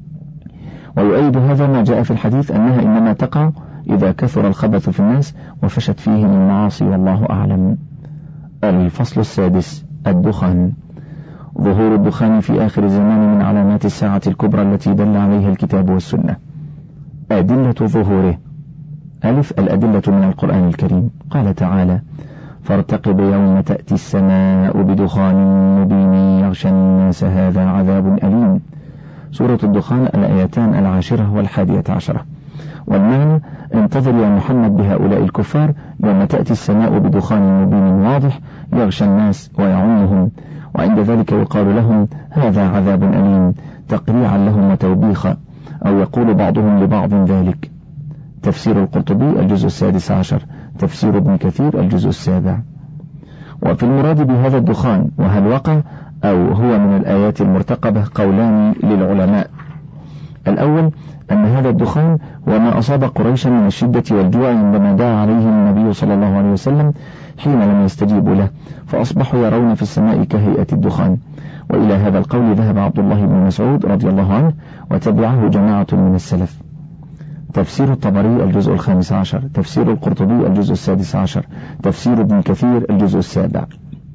ويؤيد هذا ما جاء في الحديث أنها إنما تقع إذا كثر الخبث في الناس وفشت فيهم المعاصي، والله أعلم. الفصل السادس: الدخان. ظهور الدخان في آخر الزمان من علامات الساعة الكبرى التي دل عليها الكتاب والسنة. أدلة ظهوره: ألف: الأدلة من القرآن الكريم. قال تعالى: فارتقب يوم تأتي السماء بدخان مبين يغشى الناس هذا عذاب أليم، سورة الدخان الآيتان 10 و11. والمعنى: انتظر يا محمد بهؤلاء الكفار يوم تأتي السماء بدخان مبين واضح يغشى الناس ويعمهم، وعند ذلك يقال لهم هذا عذاب أليم تقريعا لهم وتوبيخا، أو يقول بعضهم لبعض ذلك. تفسير القرطبي الجزء 16، تفسير ابن كثير الجزء 7. وفي المراد بهذا الدخان وهل وقع أو هو من الآيات المرتقبة قولان للعلماء. الأول أن هذا الدخان هو ما أصاب قريشا من الشدة والجوع عندما دعا عليهم النبي صلى الله عليه وسلم حين لم يستجيبوا له، فأصبحوا يرون في السماء كهيئة الدخان. وإلى هذا القول ذهب عبد الله بن مسعود رضي الله عنه وتبعه جماعة من السلف. تفسير الطبري الجزء 15، تفسير القرطبي الجزء 16، تفسير ابن كثير الجزء 7.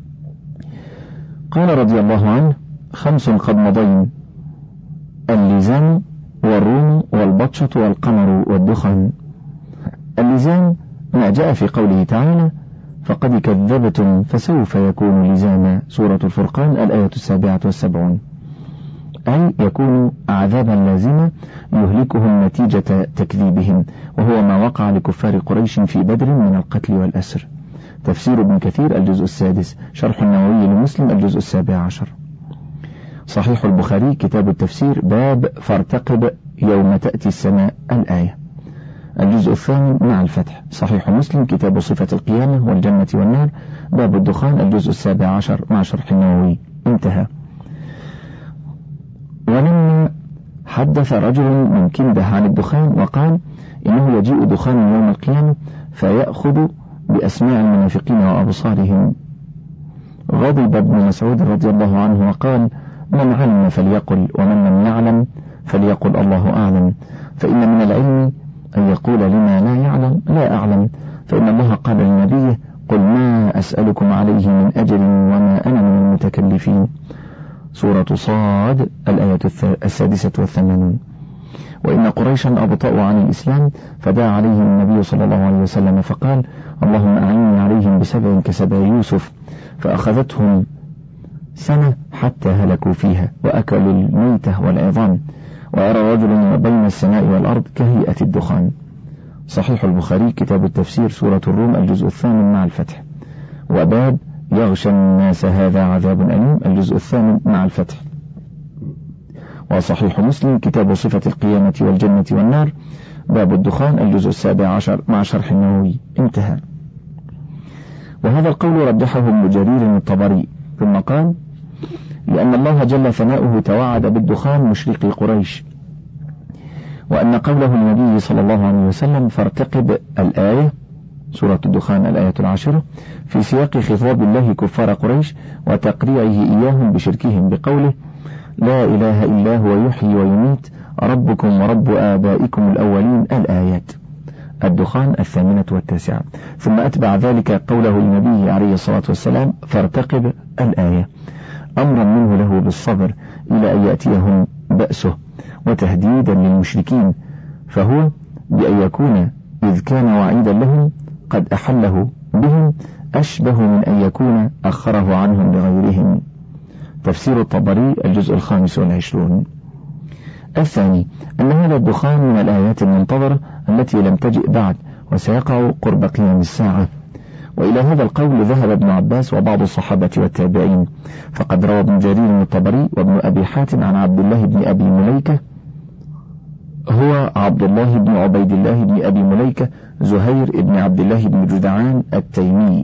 قال رضي الله عنه: 5 قد مضين: اللزام والروم والبطشة والقمر والدخان. اللزام ما جاء في قوله تعالى: فقد كذبتم فسوف يكون لزاما، سورة الفرقان الآية 77. أي يكون عذابا لازما يهلكهم نتيجة تكذيبهم، وهو ما وقع لكفار قريش في بدر من القتل والأسر. تفسير ابن كثير الجزء 6، شرح النووي لمسلم الجزء 17. صحيح البخاري كتاب التفسير باب فارتقب يوم تأتي السماء الآية الجزء 8 مع الفتح. صحيح مسلم كتاب صفة القيامة والجنة والنار باب الدخان الجزء 17 مع شرح النووي. انتهى. ولما حدث رجل من كنده عن الدخان وقال إنه يجيء دخان يوم القيامة فيأخذ بأسماع المنافقين وأبصارهم، غضب ابن مسعود رضي الله عنه وقال: من علم فليقل، ومن لم يعلم فليقل الله أعلم، فإن من العلم أن يقول لما لا يعلم لا أعلم، فإن الله قال لنبيه: قل ما أسألكم عليه من أجر وما أنا من المتكلفين. سورة صاد الآية 86. وإن قريشا أبطأوا عن الإسلام، فدعا عليهم النبي صلى الله عليه وسلم فقال: اللهم أعني عليهم ب7 كسبع يوسف، فأخذتهم سنة حتى هلكوا فيها وأكلوا الميتة والعظام، وأرى رجلا بين السماء والأرض كهيئة الدخان. صحيح البخاري كتاب التفسير سورة الروم الجزء 8 مع الفتح، وباب يغشى الناس هذا عذاب أليم الجزء 8 مع الفتح. وصحيح مسلم كتاب صفة القيامة والجنة والنار باب الدخان الجزء 17 مع شرح النووي. انتهى. وهذا القول رجحه ابن جرير الطبري، ثم قال: لأن الله جل ثناؤه توعد بالدخان مشرقي قريش، وأن قوله النبي صلى الله عليه وسلم فارتقب الآية سورة الدخان الآية 10 في سياق خطاب الله كفار قريش وتقريعه إياهم بشركهم بقوله: لا إله إلا هو يحيي ويميت ربكم ورب آبائكم الأولين الآيات الدخان 8 و9. ثم أتبع ذلك قوله لنبيه عليه الصلاة والسلام فارتقب الآية، أمرا منه له بالصبر إلى أن يأتيهم بأسه، وتهديدا للمشركين، فهو بأن يكون إذ كان وعيدا لهم قد أحله بهم أشبه من أن يكون أخره عنهم لغيرهم. تفسير الطبري الجزء 25. الثاني أن هذا الدخان من الآيات المنتظرة التي لم تجئ بعد وسيقع قرب قيام الساعة. وإلى هذا القول ذهب ابن عباس وبعض الصحابة والتابعين، فقد روى ابن جرير الطبري وابن أبي حاتم عن عبد الله بن أبي مليكة، هو عبد الله بن عبيد الله بن أبي مليكة زهير بن عبد الله بن جدعان التيمي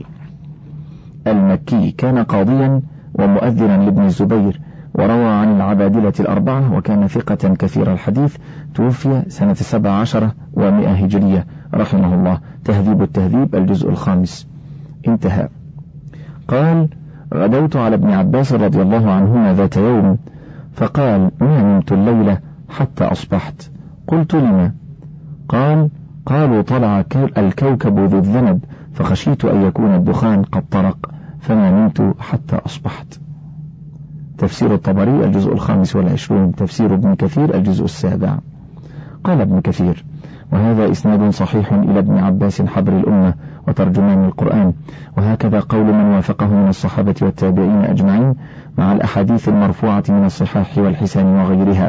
المكي، كان قاضيا ومؤذنا لابن الزبير، وروى عن العبادلة الأربعة، وكان ثقة كثير الحديث، توفي سنة 17 و100 هجرية رحمه الله. تهذيب التهذيب الجزء 5. انتهى. قال: غدوت على ابن عباس رضي الله عنهما ذات يوم فقال: ما نمت الليلة حتى أصبحت. قلت: لما؟ قال: قالوا طلع الكوكب ذو الذنب، فخشيت أن يكون الدخان قد طرق، فما نمت حتى أصبحت. تفسير الطبري الجزء 25. تفسير ابن كثير الجزء 7. قال ابن كثير: وهذا إسناد صحيح إلى ابن عباس حبر الأمة وترجمان القرآن، وهكذا قول من وافقه من الصحابة والتابعين أجمعين، مع الأحاديث المرفوعة من الصحاح والحسان وغيرها،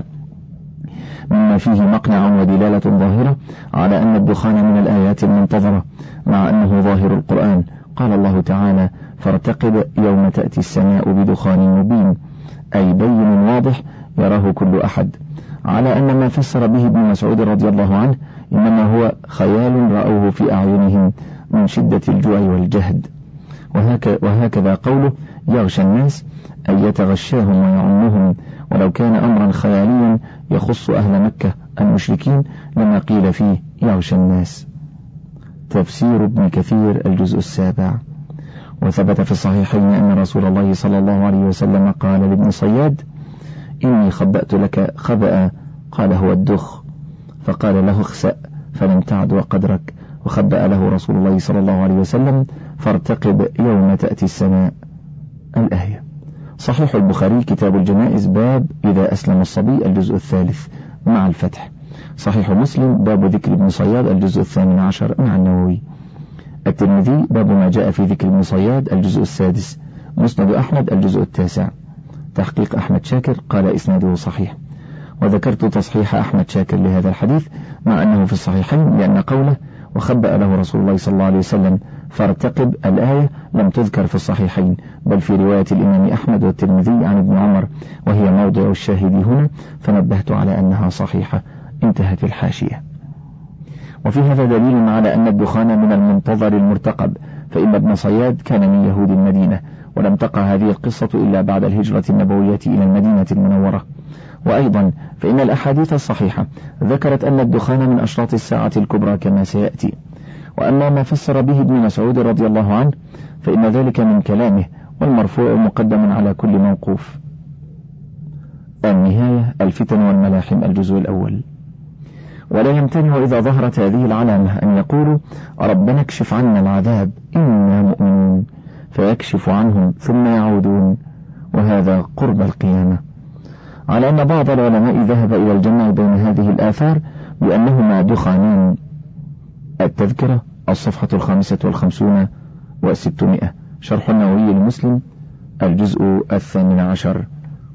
مما فيه مقنع ودلالة ظاهرة على أن الدخان من الآيات المنتظرة، مع أنه ظاهر القرآن. قال الله تعالى: فارتقب يوم تأتي السماء بدخان مبين، أي بين واضح يراه كل أحد، على أن ما فسر به ابن مسعود رضي الله عنه إنما هو خيال رأوه في أعينهم من شدة الجوع والجهد. وهكذا قوله يغشى الناس أي يتغشاهم ويعمهم، ولو كان أمرا خياليا يخص أهل مكة المشركين لما قيل فيه يغشى الناس. تفسير ابن كثير الجزء 7. وثبت في الصحيحين أن رسول الله صلى الله عليه وسلم قال لابن صياد: إني خبأت لك خبأ، قال: هو الدخ، فقال له: اخسأ فلم تعد وقدرك، وخبأ له رسول الله صلى الله عليه وسلم: فارتقب يوم تأتي السماء الآية. صحيح البخاري كتاب الجنائز باب إذا أسلم الصبي الجزء 3 مع الفتح. صحيح مسلم باب ذكر ابن صياد الجزء 18 مع النووي. الترمذي باب ما جاء في ذكر ابن صياد الجزء 6. مسند أحمد الجزء 9. تحقيق أحمد شاكر قال إسناده صحيح. وذكرت تصحيح أحمد شاكر لهذا الحديث مع أنه في الصحيحين، لأن قوله وخبأ له رسول الله صلى الله عليه وسلم فارتقب الآية لم تذكر في الصحيحين، بل في رواية الإمام أحمد والترمذي عن ابن عمر، وهي موضع الشاهد هنا، فنبهت على أنها صحيحة. انتهت الحاشية. وفي هذا دليل على أن الدخان من المنتظر المرتقب، فإن ابن صياد كان من يهود المدينة، ولم تقع هذه القصة إلا بعد الهجرة النبوية إلى المدينة المنورة. وأيضا فإن الأحاديث الصحيحة ذكرت أن الدخان من أشراط الساعة الكبرى كما سيأتي. وأما ما فسر به ابن مسعود رضي الله عنه فإن ذلك من كلامه، والمرفوع مقدم على كل موقوف. النهاية الفتن والملاحم الجزء الأول. ولا يمتنع إذا ظهرت هذه العلامة أن يقولوا ربنا اكشف عنا العذاب إنا مؤمنون، فيكشف عنهم ثم يعودون، وهذا قرب القيامة. على أن بعض العلماء ذهب إلى الجمع بين هذه الآثار بأنهما دخانان. التذكرة الصفحة 55 و600، شرح النووي لمسلم الجزء 18.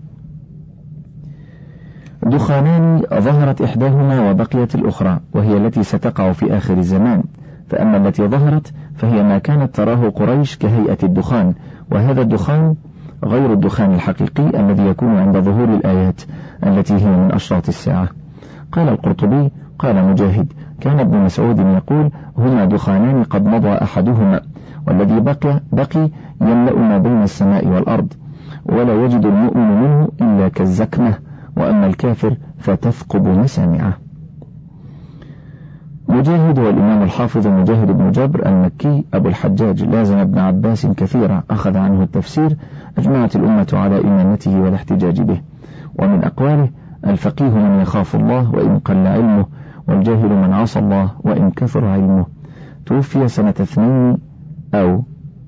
دخانان ظهرت إحداهما وبقيت الأخرى، وهي التي ستقع في آخر الزمان. فأما التي ظهرت فهي ما كانت تراه قريش كهيئة الدخان، وهذا الدخان غير الدخان الحقيقي الذي يكون عند ظهور الآيات التي هي من أشراط الساعة. قال القرطبي قال مجاهد كان ابن مسعود يقول هما دخانان قد مضى أحدهما، والذي بقي يملأ ما بين السماء والأرض، ولا يجد المؤمن منه إلا كالزكمة، وأما الكافر فتثقب مسامعه. مجاهد والإمام الحافظ مجاهد بن جبر المكي أبو الحجاج لازم ابن عباس كثيرا، أخذ عنه التفسير، أجمعت الأمة على إمامته والاحتجاج به. ومن أقواله الفقيه من يخاف الله وإن قل علمه، والجاهل من عصى الله وإن كثر علمه. توفي سنة 2 أو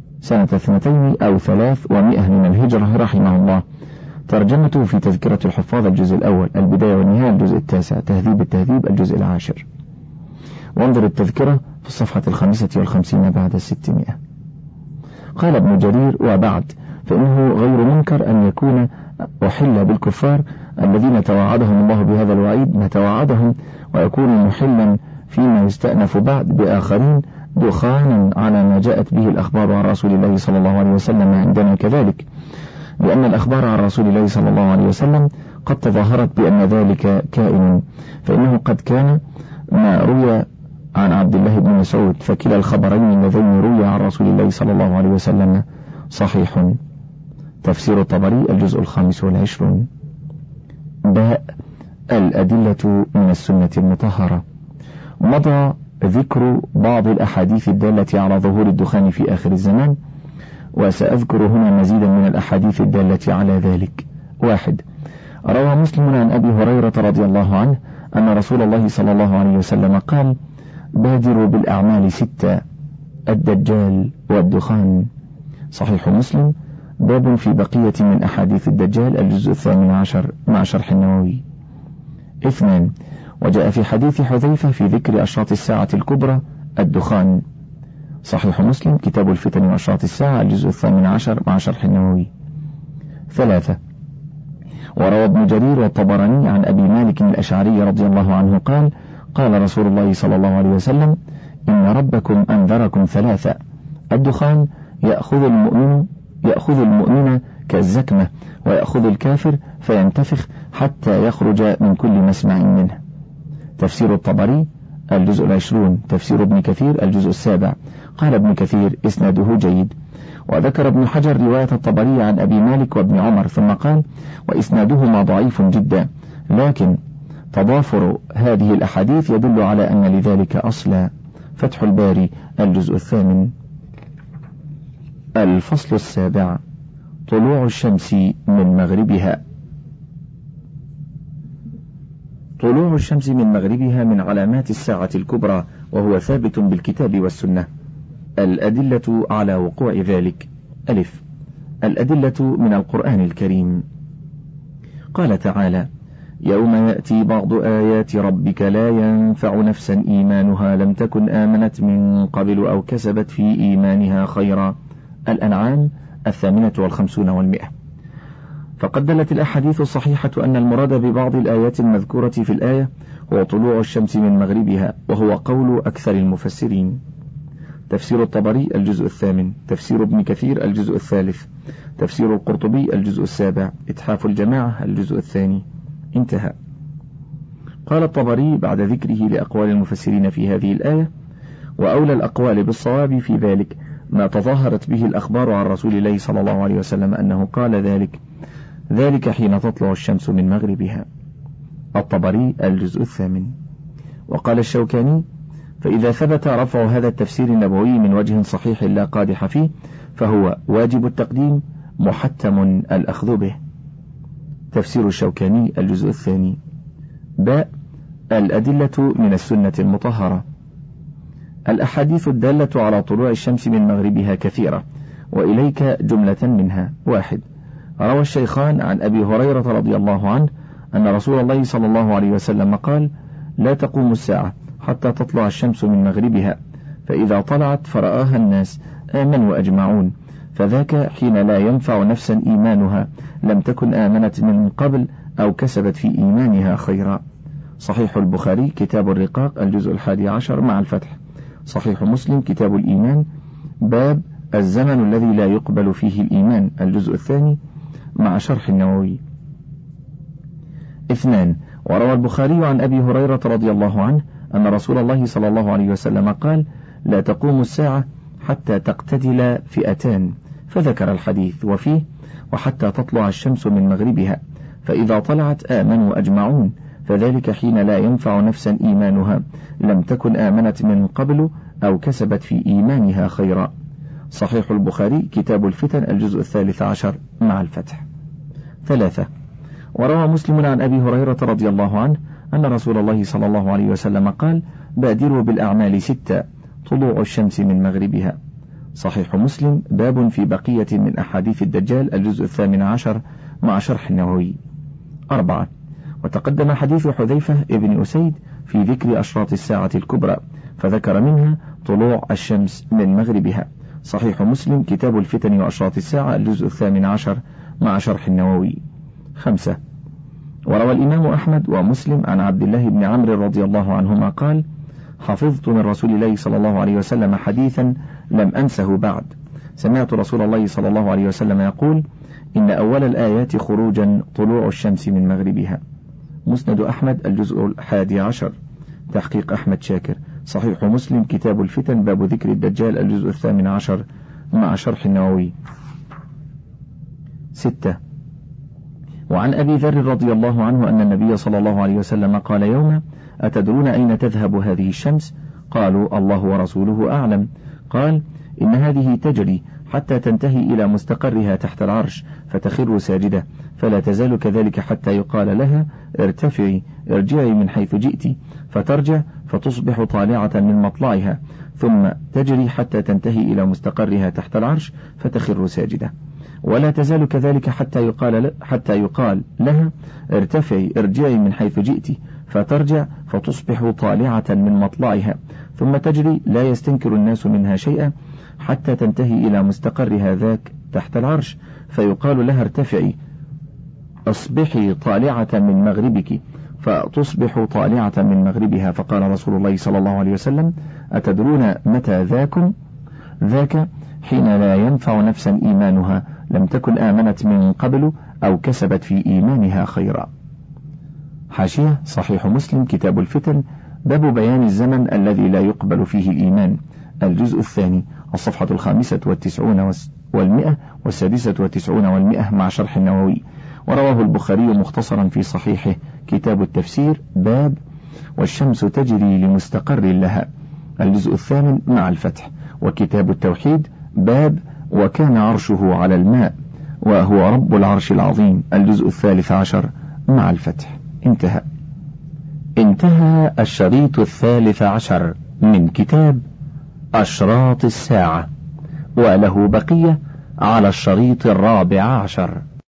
300 من الهجرة رحمه الله. ترجمته في تذكرة الحفاظ الجزء الأول، البداية والنهاية الجزء 9، تهذيب التهذيب الجزء 10. وانظر التذكرة في الصفحة 55 بعد 600. قال ابن جرير وبعد فإنه غير منكر أن يكون أحل بالكفار الذين توعدهم الله بهذا الوعيد ما توعدهم، ويكون محلا فيما يستأنف بعد بآخرين دخانا على ما جاءت به الأخبار عن رسول الله صلى الله عليه وسلم عندنا كذلك، لأن الأخبار عن رسول الله صلى الله عليه وسلم قد تظاهرت بأن ذلك كائن، فإنه قد كان ما روي عن عبد الله بن مسعود، فكلا الخبرين اللذين روي عن رسول الله صلى الله عليه وسلم صحيح. تفسير الطبري الجزء 25. باء الأدلة من السنة المطهرة. مضى ذكر بعض الأحاديث الدالة على ظهور الدخان في آخر الزمان، وسأذكر هنا مزيدا من الأحاديث الدالة على ذلك. 1. روى مسلم عن أبي هريرة رضي الله عنه أن رسول الله صلى الله عليه وسلم قال بادروا بالأعمال 6: الدجال والدخان. صحيح مسلم باب في بقية من أحاديث الدجال الجزء 18 مع شرح النووي. 2. وجاء في حديث حذيفة في ذكر أشراط الساعة الكبرى الدخان. صحيح مسلم كتاب الفتن وأشراط الساعة الجزء 18 مع شرح النووي. 3. وروى ابن جرير والطبراني عن أبي مالك الأشعري رضي الله عنه قال قال رسول الله صلى الله عليه وسلم إن ربكم أنذركم 3: الدخان يأخذ المؤمن كالزكمة، ويأخذ الكافر فينتفخ حتى يخرج من كل مسمع منه. تفسير الطبري الجزء 20، تفسير ابن كثير الجزء 7. قال ابن كثير إسناده جيد. وذكر ابن حجر رواية الطبري عن أبي مالك وابن عمر ثم قال وإسنادهما ضعيف جدا، لكن تضافر هذه الأحاديث يدل على أن لذلك أصلا. فتح الباري الجزء 8. الفصل 7: طلوع الشمس من مغربها. طلوع الشمس من مغربها من علامات الساعة الكبرى، وهو ثابت بالكتاب والسنة. الأدلة على وقوع ذلك: 1. الأدلة من القرآن الكريم. قال تعالى: يوم يأتي بعض آيات ربك لا ينفع نفسا إيمانها لم تكن آمنت من قبل أو كسبت في إيمانها خيرا. الأنعام 58 و100. فقد دلت الأحاديث الصحيحة أن المراد ببعض الآيات المذكورة في الآية هو طلوع الشمس من مغربها، وهو قول أكثر المفسرين. تفسير الطبري الجزء 8، تفسير ابن كثير الجزء 3، تفسير القرطبي الجزء 7، إتحاف الجماعة الجزء 2. انتهى. قال الطبري بعد ذكره لأقوال المفسرين في هذه الآية: وأولى الأقوال بالصواب في ذلك ما تظاهرت به الأخبار عن رسول الله صلى الله عليه وسلم أنه قال ذلك حين تطلع الشمس من مغربها. الطبري الجزء 8. وقال الشوكاني: فإذا ثبت رفع هذا التفسير النبوي من وجه صحيح لا قادح فيه، فهو واجب التقديم محتم الأخذ به. تفسير الشوكاني الجزء الثاني. باء الأدلة من السنة المطهرة. الأحاديث الدالة على طلوع الشمس من مغربها كثيرة، وإليك جملة منها. 1. روى الشيخان عن أبي هريرة رضي الله عنه أن رسول الله صلى الله عليه وسلم قال: لا تقوم الساعة حتى تطلع الشمس من مغربها، فإذا طلعت فرآها الناس آمنوا أجمعون، فذاك حين لا ينفع نفسا إيمانها لم تكن آمنت من قبل أو كسبت في إيمانها خيرا. صحيح البخاري كتاب الرقاق الجزء 11 مع الفتح. صحيح مسلم كتاب الإيمان باب الزمن الذي لا يقبل فيه الإيمان الجزء الثاني مع شرح النووي. 2. وروى البخاري عن أبي هريرة رضي الله عنه أن رسول الله صلى الله عليه وسلم قال: لا تقوم الساعة حتى تقتتل فئتان، فذكر الحديث وفيه: وحتى تطلع الشمس من مغربها، فإذا طلعت آمنوا أجمعون، فذلك حين لا ينفع نفسا إيمانها لم تكن آمنت من قبل أو كسبت في إيمانها خيرا. صحيح البخاري كتاب الفتن الجزء 13 مع الفتح. 3. وروى مسلم عن أبي هريرة رضي الله عنه أن رسول الله صلى الله عليه وسلم قال: بادروا بالأعمال 6 طلوع الشمس من مغربها. صحيح مسلم باب في بقية من أحاديث الدجال الجزء 18 مع شرح النووي. 4. وتقدم حديث حذيفة ابن أسيد في ذكر أشراط الساعة الكبرى، فذكر منها طلوع الشمس من مغربها. صحيح مسلم كتاب الفتن وأشراط الساعة الجزء 18 مع شرح النووي. 5. وروى الإمام أحمد ومسلم عن عبد الله بن عمرو رضي الله عنهما قال: حفظت من رسول الله صلى الله عليه وسلم حديثا لم أنسه بعد. سمعت رسول الله صلى الله عليه وسلم يقول: إن أول الآيات خروجا طلوع الشمس من مغربها. مسند أحمد الجزء 11 تحقيق أحمد شاكر. صحيح مسلم كتاب الفتن باب ذكر الدجال الجزء 18 مع شرح النووي. 6. وعن أبي ذر رضي الله عنه أن النبي صلى الله عليه وسلم قال يوما: أتدرون أين تذهب هذه الشمس؟ قالوا: الله ورسوله أعلم. قال: إن هذه تجري حتى تنتهي إلى مستقرها تحت العرش فتخر ساجدة، فلا تزال كذلك حتى يقال لها: ارتفعي ارجعي من حيث جئت، فترجع فتصبح طالعة من مطلعها، ثم تجري حتى تنتهي إلى مستقرها تحت العرش فتخر ساجدة، ولا تزال كذلك حتى يقال لها: ارتفعي ارجعي من حيث جئت، فترجع فتصبح طالعة من مطلعها، ثم تجري لا يستنكر الناس منها شيئا حتى تنتهي إلى مستقرها ذاك تحت العرش، فيقال لها: ارتفعي اصبحي طالعة من مغربك، فتصبح طالعة من مغربها. فقال رسول الله صلى الله عليه وسلم: أتدرون متى ذاكم؟ ذاك حين لا ينفع نفسا إيمانها لم تكن آمنت من قبل أو كسبت في إيمانها خيرا. حاشية صحيح مسلم كتاب الفتن باب بيان الزمن الذي لا يقبل فيه الإيمان الجزء الثاني الصفحة 95 و100 و96 و100 مع شرح النووي. ورواه البخاري مختصرا في صحيحه كتاب التفسير باب والشمس تجري لمستقر لها الجزء 8 مع الفتح. وكتاب التوحيد باب وكان عرشه على الماء وهو رب العرش العظيم الجزء 13 مع الفتح. انتهى الشريط 13 من كتاب أشراط الساعة، وله بقية على الشريط 14.